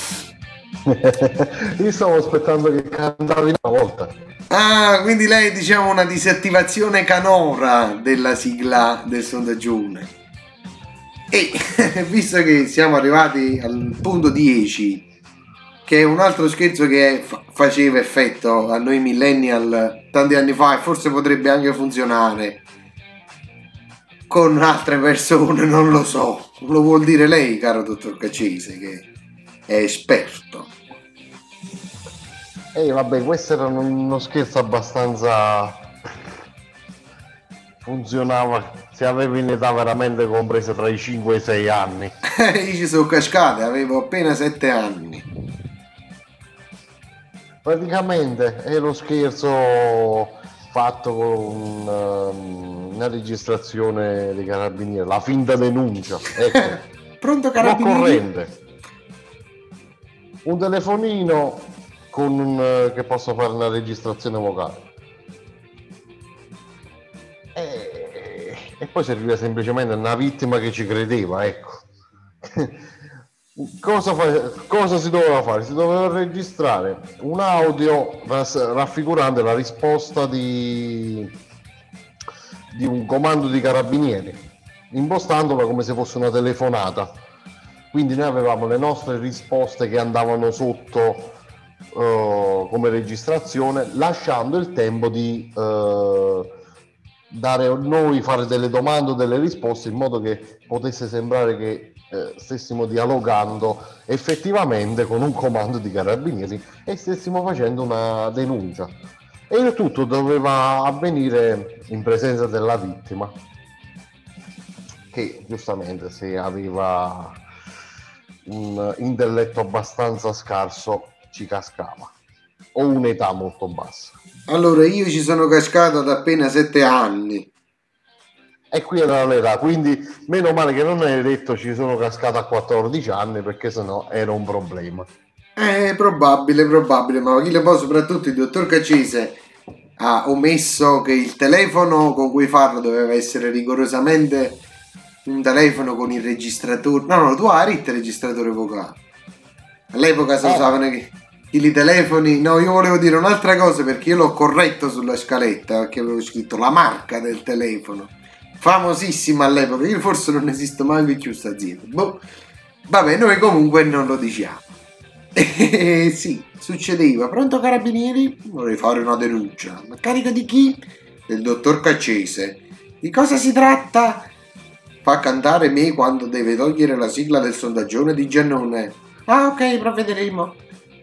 Io stavo aspettando che cantavi una volta. Ah, quindi lei è, diciamo, una disattivazione canora della sigla del sondaggione. E visto che siamo arrivati al punto dieci, che è un altro scherzo che fa- faceva effetto a noi millennial tanti anni fa e forse potrebbe anche funzionare con altre persone, non lo so. Lo vuol dire lei, caro dottor Cacese, che è esperto. Ehi, vabbè, questo era uno scherzo abbastanza... funzionava se avevi un'età veramente compresa tra i cinque e i sei anni. Io ci sono cascate, avevo appena sette anni. Praticamente è lo scherzo fatto con um, una registrazione dei carabinieri, la finta denuncia. Ecco. Pronto carabinieri? Corrente. Un telefonino con un, uh, che possa fare una registrazione vocale. E, e poi serviva semplicemente una vittima che ci credeva, ecco. Cosa, fa, cosa si doveva fare? Si doveva registrare un audio raffigurante la risposta di, di un comando di carabinieri, impostandola come se fosse una telefonata. Quindi noi avevamo le nostre risposte che andavano sotto uh, come registrazione, lasciando il tempo di uh, dare noi fare delle domande o delle risposte in modo che potesse sembrare che eh, stessimo dialogando effettivamente con un comando di carabinieri e stessimo facendo una denuncia, e il tutto doveva avvenire in presenza della vittima, che giustamente, se aveva un intelletto abbastanza scarso, ci cascava, o un'età molto bassa. Allora, io ci sono cascato da appena sette anni. E qui era l'età, quindi meno male che non hai detto ci sono cascato a quattordici anni, perché sennò era un problema. È probabile, probabile, ma chi le può, soprattutto il dottor Caccese ha omesso che il telefono con cui farlo doveva essere rigorosamente un telefono con il registratore. No, no, tu hai il registratore vocale. All'epoca si Ah. usavano i, i telefoni. No, io volevo dire un'altra cosa, perché io l'ho corretto sulla scaletta, perché avevo scritto la marca del telefono, famosissima all'epoca. Io forse non esisto manco più sta azienda. Boh. Vabbè, noi comunque non lo diciamo. Eh, sì, succedeva. Pronto carabinieri? Vorrei fare una denuncia. Ma carico di chi? Del dottor Caccese. Di cosa si tratta? Fa cantare me quando deve togliere la sigla del sondaggione di Giannone. Ah, ok, provvederemo.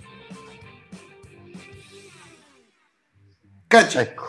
Cacci. Ecco.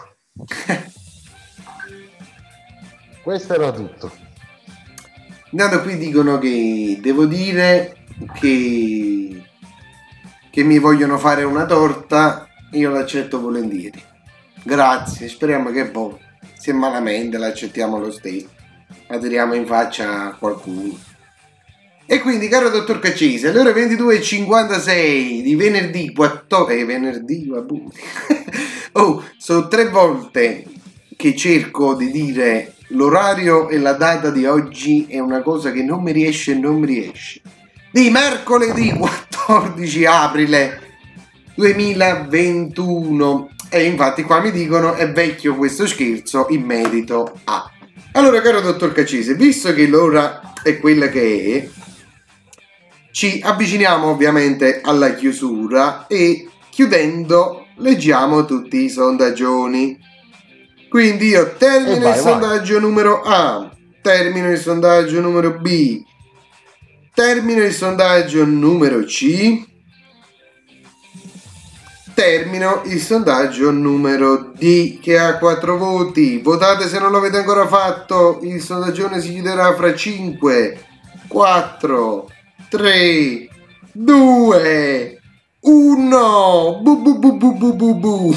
Questo era tutto. Intanto qui dicono che devo dire che che mi vogliono fare una torta, io l'accetto volentieri. Grazie, speriamo che poi, se malamente, l'accettiamo lo stesso. La tiriamo in faccia a qualcuno. E quindi, caro dottor Caccese, alle ore ventidue e cinquantasei di venerdì quattordici... Eh, venerdì, vabbè. Oh, sono tre volte che cerco di dire l'orario e la data di oggi, è una cosa che non mi riesce e non mi riesce. Di mercoledì quattordici aprile duemilaventuno. E infatti qua mi dicono è vecchio questo scherzo in merito a... Allora, caro dottor Caccese, visto che l'ora è quella che è, ci avviciniamo ovviamente alla chiusura e chiudendo leggiamo tutti i sondaggioni. Quindi io termino E vai, il vai. sondaggio numero A, termino il sondaggio numero B, termino il sondaggio numero C, termino il sondaggio numero D che ha quattro voti. Votate se non lo avete ancora fatto. Il sondaggione si chiuderà fra cinque, quattro, tre, due, uno. Bu bu bu bu bu bu bu.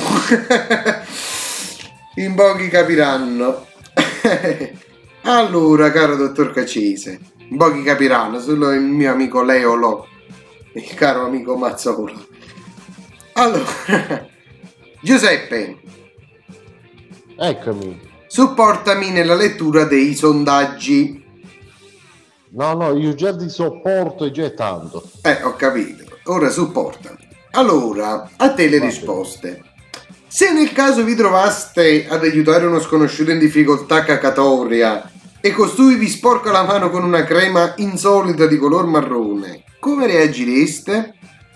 In pochi capiranno. Allora, caro dottor Caccese, in pochi capiranno, solo il mio amico Leolo, il caro amico Mazzola. Allora, Giuseppe, Eccomi. supportami nella lettura dei sondaggi. No, no, io già ti sopporto e già è tanto. Eh, ho capito. Ora supportami. Allora, a te le Va risposte. Se nel caso vi trovaste ad aiutare uno sconosciuto in difficoltà cacatoria e costui vi sporca la mano con una crema insolita di color marrone, come reagireste?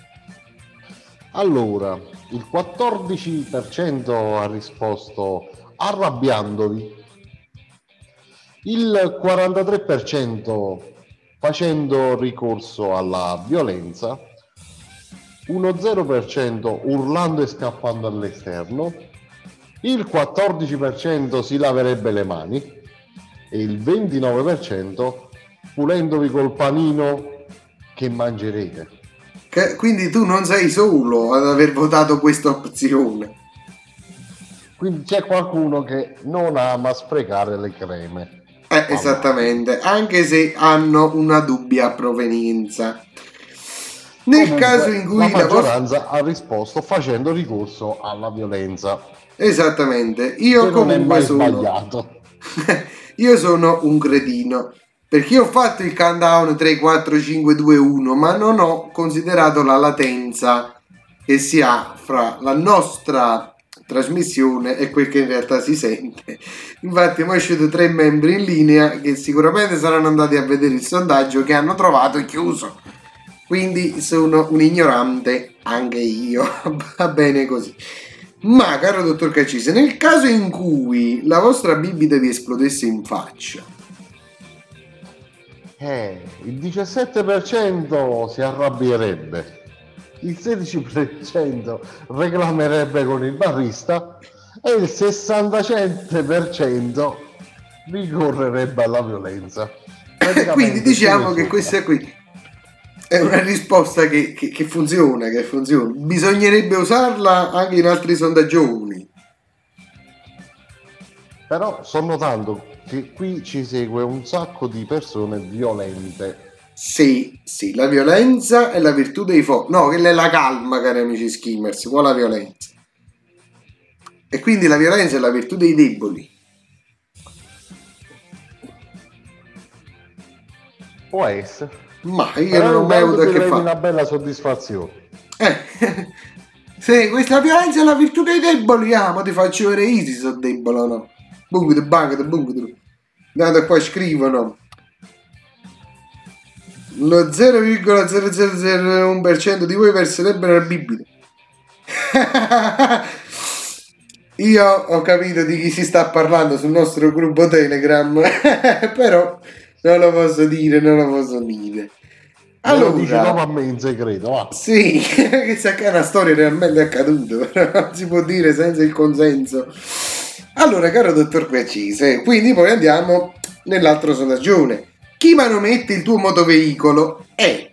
Allora, il quattordici per cento ha risposto arrabbiandovi, il quarantatré per cento facendo ricorso alla violenza, uno zero per cento urlando e scappando all'esterno, il quattordici per cento si laverebbe le mani e il ventinove per cento pulendovi col panino che mangerete. Che- quindi tu non sei solo ad aver votato questa opzione. Quindi c'è qualcuno che non ama sprecare le creme. Eh, esattamente, anche se hanno una dubbia provenienza. Nel Comunque, caso in cui la la vostra... maggioranza ha risposto facendo ricorso alla violenza, Esattamente, io che non è comunque mai sono... sbagliato. Io sono un cretino, perché ho fatto il countdown tre, quattro, cinque, due, uno, ma non ho considerato la latenza che si ha fra la nostra trasmissione e quel che in realtà si sente. Infatti mi è uscito tre membri in linea che sicuramente saranno andati a vedere il sondaggio, che hanno trovato chiuso. Quindi sono un ignorante anche io. Va bene così. Ma, caro dottor Caccese, nel caso in cui la vostra bibita vi esplodesse in faccia, Eh, il diciassette per cento si arrabbierebbe, il sedici per cento reclamerebbe con il barista e il sessantasette per cento ricorrerebbe alla violenza. quindi diciamo che questo questa qui è una risposta che, che, che funziona, che funziona. Bisognerebbe usarla anche in altri sondaggioni. Però sto notando che qui ci segue un sacco di persone violente. Sì, sì, la violenza è la virtù dei forti. No, quella è la calma, cari amici skimmers, qua la violenza. E quindi la violenza è la virtù dei deboli. Può essere. Ma io non ho mai avuto a che fare. Una bella soddisfazione. Eh, se questa violenza è la virtù dei deboli, ah, ma ti faccio vedere io se sono debole o no. Bungudu, bangudu, bungudu. Guarda qua scrivono. Lo zero virgola zero zero zero uno per cento di voi verserebbero la Bibbia. Io ho capito di chi si sta parlando sul nostro gruppo Telegram, però non lo posso dire, non lo posso dire. Allora, lo dice no, a me in segreto, va. Sì, questa è una storia realmente accaduta, però non si può dire senza il consenso. Allora, caro dottor Precise, quindi poi andiamo nell'altro sondaggione. Chi manomette il tuo motoveicolo è...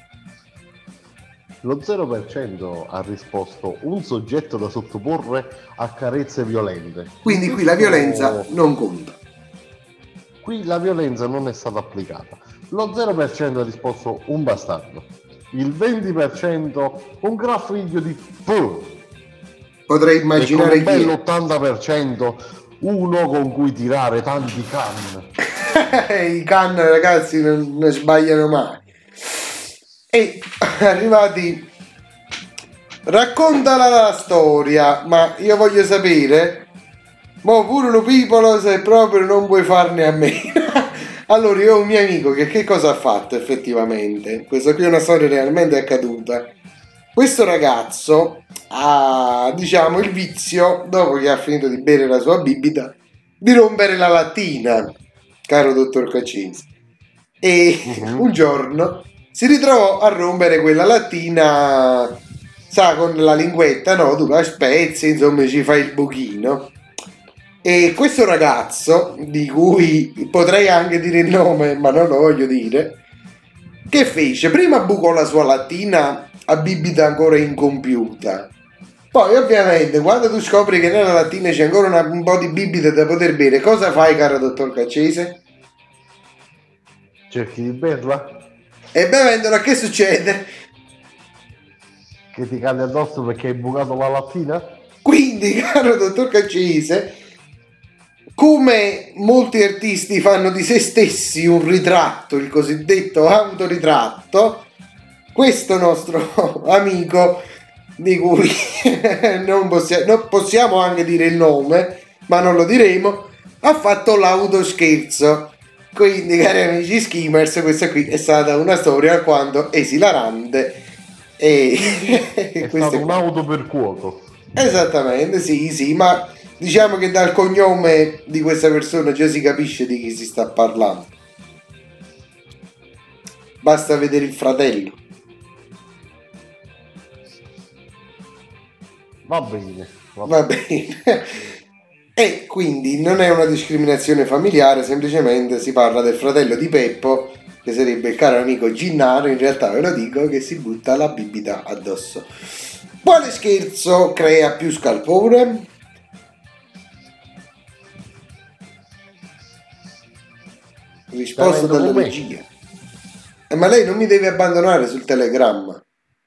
Lo zero per cento ha risposto un soggetto da sottoporre a carezze violente. Quindi qui la violenza non conta. Qui la violenza non è stata applicata. Lo zero per cento ha risposto un bastardo. Il venti per cento un gran figlio di P. Potrei immaginare e con un l'ottanta per cento uno con cui tirare tanti can. I can, ragazzi, non, non sbagliano mai. E arrivati, raccontala la storia, ma io voglio sapere, mo pure lo pipolo, se proprio non puoi farne a meno. Allora, io ho un mio amico che che cosa ha fatto effettivamente? Questa qui è una storia realmente accaduta. Questo ragazzo ha, diciamo, il vizio, dopo che ha finito di bere la sua bibita, di rompere la lattina, caro dottor Caccese. E uh-huh. un giorno si ritrovò a rompere quella lattina, sa, con la linguetta, no? Tu la spezzi, insomma, ci fai il buchino. E questo ragazzo, di cui potrei anche dire il nome, ma non lo voglio dire, che fece? Prima bucò la sua lattina a bibita ancora incompiuta. Poi ovviamente quando tu scopri che nella lattina c'è ancora una, un po' di bibita da poter bere, cosa fai, caro dottor Caccese? Cerchi di berla? E bevendola che succede? Che ti cade addosso perché hai bucato la lattina? Quindi, caro dottor Caccese, come molti artisti fanno di se stessi un ritratto, il cosiddetto autoritratto, questo nostro amico, di cui non possiamo, non possiamo anche dire il nome, ma non lo diremo, ha fatto l'autoscherzo. Quindi, cari amici skimmers, questa qui è stata una storia alquanto esilarante e è stato un auto per cuoco. Esattamente, sì, sì, ma diciamo che dal cognome di questa persona già si capisce di chi si sta parlando. Basta vedere il fratello. Va bene, va, va bene. E quindi non è una discriminazione familiare, semplicemente si parla del fratello di Peppo, che sarebbe il caro amico Ginnaro, in realtà ve lo dico, che si butta la bibita addosso. Quale scherzo crea più scalpore? Risposta dalla regia. Eh, ma lei non mi deve abbandonare sul telegramma.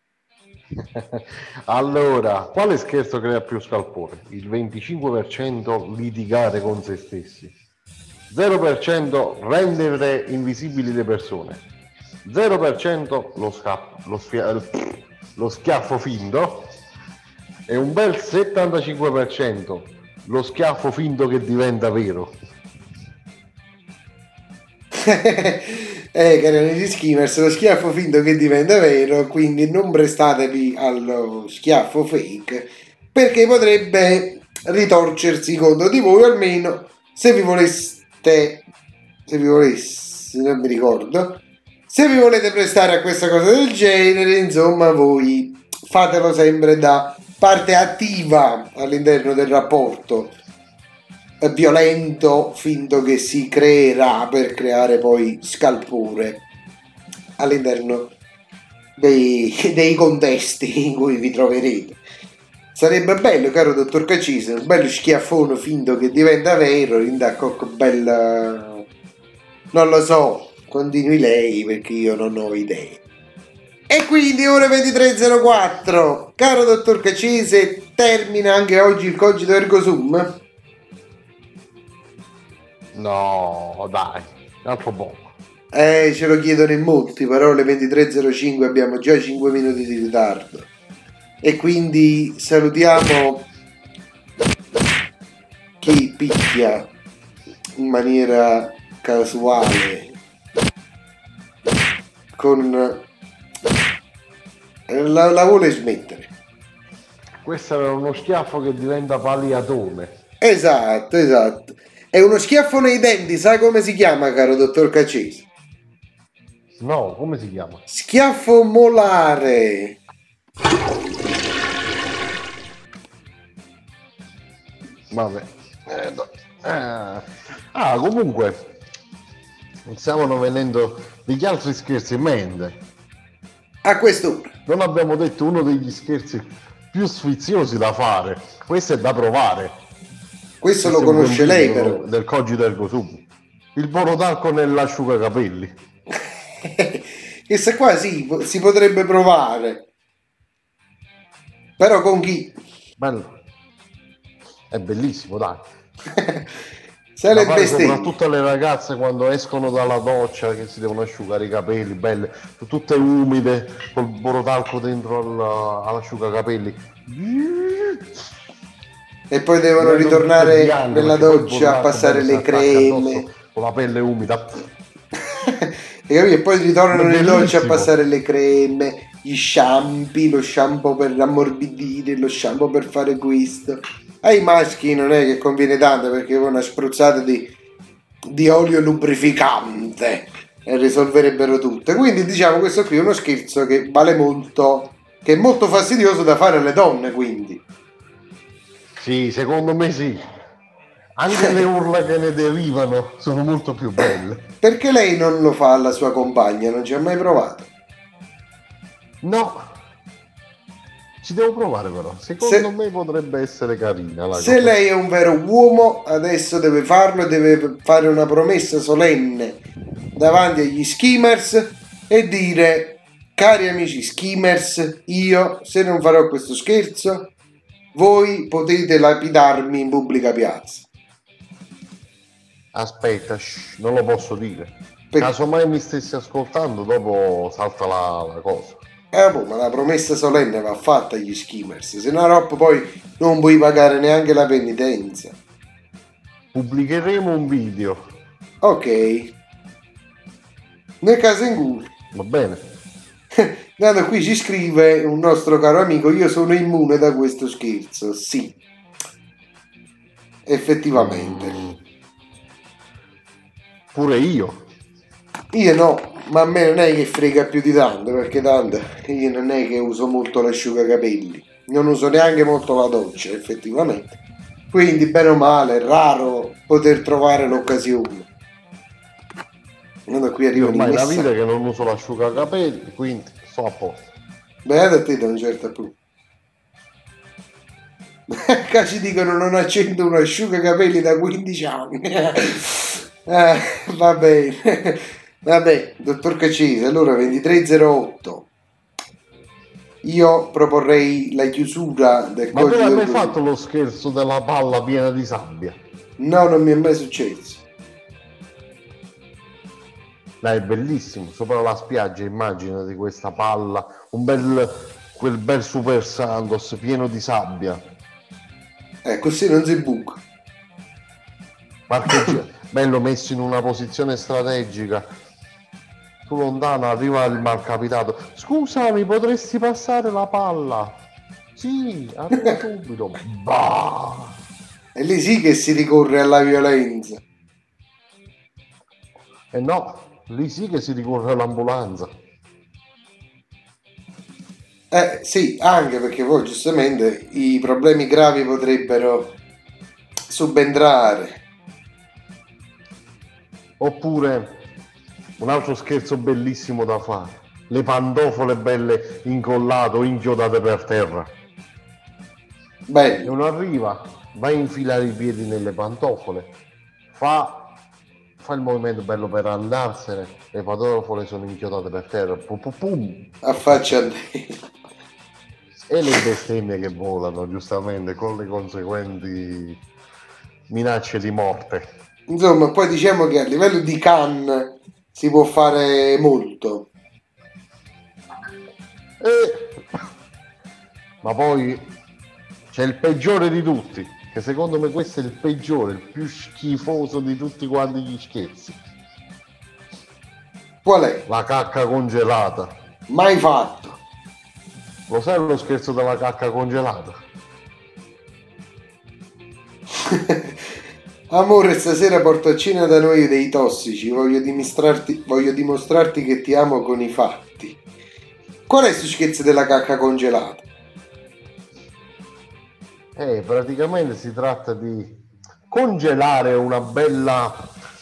Allora, quale scherzo crea più scalpore? Il venticinque per cento litigare con se stessi, zero per cento rendere invisibili le persone, zero per cento lo, sca- lo, sfia- lo schiaffo finto e un bel settantacinque per cento lo schiaffo finto che diventa vero. Eh, cari amici skimmers, lo schiaffo finto che diventa vero, quindi non prestatevi allo schiaffo fake, perché potrebbe ritorcersi contro di voi, o almeno se vi voleste, se vi volesse, non mi ricordo, se vi volete prestare a questa cosa del genere, insomma, voi fatelo sempre da parte attiva all'interno del rapporto violento finto che si creerà per creare poi scalpore all'interno dei, dei contesti in cui vi troverete. Sarebbe bello, caro dottor Cacise, un bello schiaffone finto che diventa vero, inda cocco bella... Non lo so, continui lei perché io non ho idee. E quindi ore ventitré e zero quattro, caro dottor Cacise, termina anche oggi il cogito ergo sum? No, dai, troppo poco. Eh, ce lo chiedono in molti, però alle ventitré e zero cinque abbiamo già cinque minuti di ritardo. E quindi salutiamo chi picchia in maniera casuale con... La, la vuole smettere. Questo era uno schiaffo che diventa paliatone. Esatto, esatto. È uno schiaffo nei denti, sai come si chiama, caro dottor Cacese? No, come si chiama? Schiaffo molare. Vabbè. Eh, no. eh. Ah, comunque, stiamo venendo degli altri scherzi in mente. A questo Non abbiamo detto uno degli scherzi più sfiziosi da fare. Questo è da provare. Questo lo conosce lei, però. Del cogito ergo sum. Il borotalco nell'asciugacapelli. Questa qua sì, si potrebbe provare. Però con chi? Bello. È bellissimo, dai. Se le bestemmie. Soprattutto le ragazze quando escono dalla doccia che si devono asciugare i capelli, belle, tutte umide, col borotalco dentro al, all'asciugacapelli. E poi devono ritornare bianco, nella doccia a passare le creme. Con la pelle umida. E poi ritornano in doccia a passare le creme, gli shampoo, lo shampoo per ammorbidire, lo shampoo per fare questo. Ai maschi non è che conviene tanto perché una spruzzata di, di olio lubrificante e risolverebbero tutte. Quindi diciamo questo qui è uno scherzo che vale molto, che è molto fastidioso da fare alle donne, quindi. Sì, secondo me sì. Anche le urla che ne derivano sono molto più belle. Perché lei non lo fa alla sua compagna? Non ci ha mai provato? No. Ci devo provare però, secondo se, me potrebbe essere carina la se cosa. Lei è un vero uomo, adesso deve farlo e deve fare una promessa solenne davanti agli skimmers e dire: cari amici skimmers, io se non farò questo scherzo voi potete lapidarmi in pubblica piazza. Aspetta, shh, non lo posso dire. Per... Casomai mi stessi ascoltando, dopo salta la, la cosa. Eh, boh, ma la promessa solenne va fatta agli skimmers, se no Rob poi non puoi pagare neanche la penitenza. Pubblicheremo un video. Ok. Nel caso in cui. Va bene. Dato qui ci scrive un nostro caro amico: io sono immune da questo scherzo. Sì. Effettivamente. Mm. Pure io. Io no, ma a me non è che frega più di tanto, perché tanto io non è che uso molto l'asciugacapelli, non uso neanche molto la doccia, effettivamente. Quindi, bene o male, è raro poter trovare l'occasione. Qui io ormai la vita che non uso l'asciugacapelli, quindi sto a posto. Beh, da te da un certo punto. Qua ci dicono non accendo un asciugacapelli da quindici anni. eh, va bene. Vabbè, dottor Cacese, allora ventitré e zero otto. Io proporrei la chiusura del Ma tu hai mai fatto lo scherzo della palla piena di sabbia? No, non mi è mai successo. Dai, è bellissimo, sopra la spiaggia, immaginati questa palla, un bel, quel bel Super Santos pieno di sabbia. Eh, così non si buca. Parcheggia, bello messo in una posizione strategica. Tu lontano arriva il malcapitato. Scusami, potresti passare la palla? Sì, arriva subito. Bah! E lì sì che si ricorre alla violenza. E no, lì sì che si ricorre all'ambulanza. Eh sì, anche perché poi giustamente i problemi gravi potrebbero subentrare. Oppure un altro scherzo bellissimo da fare, le pantofole belle incollate o inchiodate per terra. Bello. Non arriva, va a infilare i piedi nelle pantofole, fa, fa il movimento bello per andarsene, le pantofole sono inchiodate per terra, pum, pum, pum. A faccia a te. E le bestemmie che volano, giustamente, con le conseguenti minacce di morte. Insomma, poi diciamo che a livello di can si può fare molto. E... ma poi c'è il peggiore di tutti, che secondo me questo è il peggiore, il più schifoso di tutti quanti gli scherzi. Qual è? La cacca congelata. Mai fatto. Lo sai lo scherzo della cacca congelata? Amore, stasera porto a cena da noi dei tossici, voglio dimostrarti, voglio dimostrarti che ti amo con i fatti. Qual è questo scherzo della cacca congelata? Eh, praticamente si tratta di congelare una bella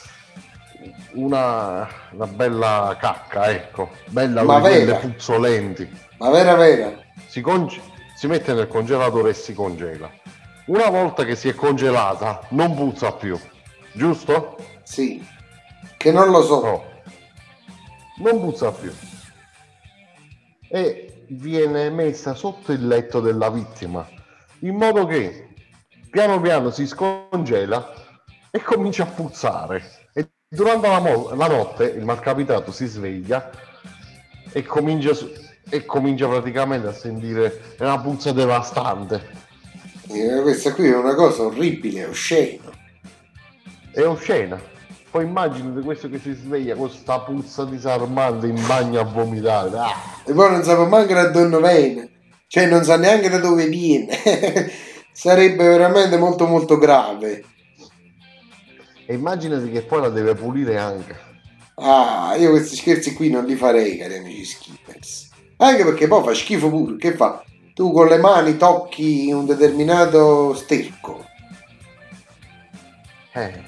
una, una bella cacca, ecco, bella, ma quelle vera? puzzolenti. Ma vera vera? Si, conge- si mette nel congelatore e si congela. Una volta che si è congelata non puzza più, giusto? Sì, che non lo so. No, non puzza più. E viene messa sotto il letto della vittima, in modo che piano piano si scongela e comincia a puzzare. E durante la, mo- la notte il malcapitato si sveglia e comincia, e comincia praticamente a sentire una puzza devastante. Eh, questa qui è una cosa orribile, oscena. È oscena. Poi immaginate questo che si sveglia con sta puzza disarmante in bagno a vomitare. Ah. E poi non sa manco da dove viene, cioè non sa neanche da dove viene. Sarebbe veramente molto molto grave. E immaginate che poi la deve pulire anche. Ah, io questi scherzi qui non li farei, cari amici skippers. Anche perché poi fa schifo pure. Che fa? Tu con le mani tocchi un determinato sterco. Eh.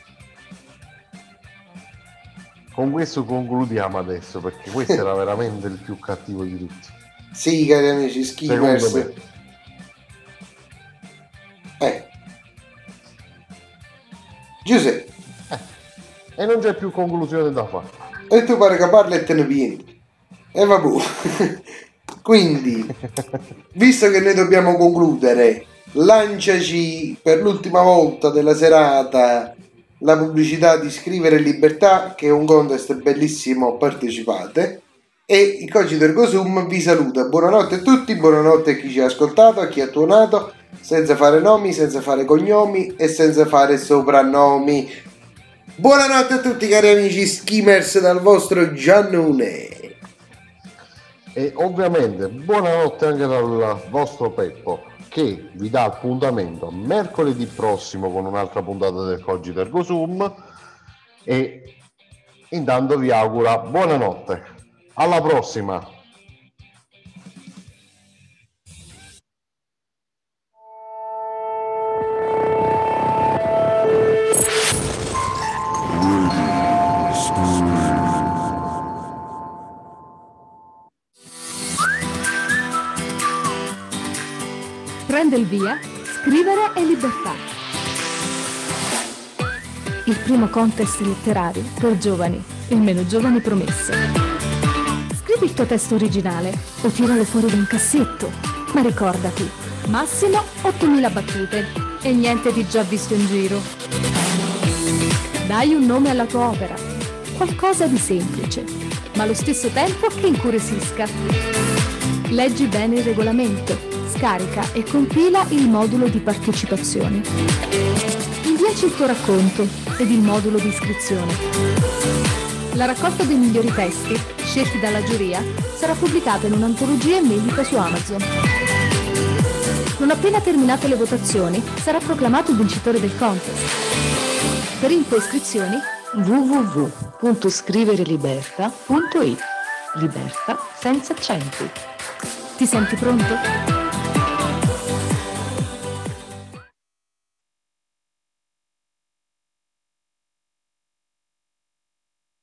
Con questo concludiamo adesso, perché questo era veramente il più cattivo di tutti. Sì, cari amici skippers. Secondo me. Eh. Giuseppe. Eh. E non c'è più conclusione da fare. E tu pare che parli e te ne vieni. E vabbè. Quindi, visto che noi dobbiamo concludere, lanciaci per l'ultima volta della serata la pubblicità di Scrivere Libertà, che è un contest bellissimo, partecipate. E il Cogito Ergo Sum vi saluta. Buonanotte a tutti, buonanotte a chi ci ha ascoltato, a chi ha tuonato, senza fare nomi, senza fare cognomi e senza fare soprannomi. Buonanotte a tutti cari amici skimmers dal vostro Giannone. E ovviamente buonanotte anche dal vostro Peppo, che vi dà appuntamento mercoledì prossimo con un'altra puntata del Cogito Ergo Sum. E intanto vi augura buonanotte. Alla prossima. Prende il via, Scrivere e Libertà. Il primo contest letterario per giovani, il meno giovane promesso. Scrivi il tuo testo originale o tiralo fuori da un cassetto, ma ricordati, massimo ottomila battute e niente di già visto in giro. Dai un nome alla tua opera, qualcosa di semplice, ma allo stesso tempo che incuriosisca. Leggi bene il regolamento, scarica e compila il modulo di partecipazione. Inviaci il tuo racconto ed il modulo di iscrizione. La raccolta dei migliori testi, scelti dalla giuria, sarà pubblicata in un'antologia inedita su Amazon. Non appena terminate le votazioni, sarà proclamato il vincitore del contest. Per info e iscrizioni w w w punto scrivereliberta punto it. Libertà senza accenti. Ti senti pronto?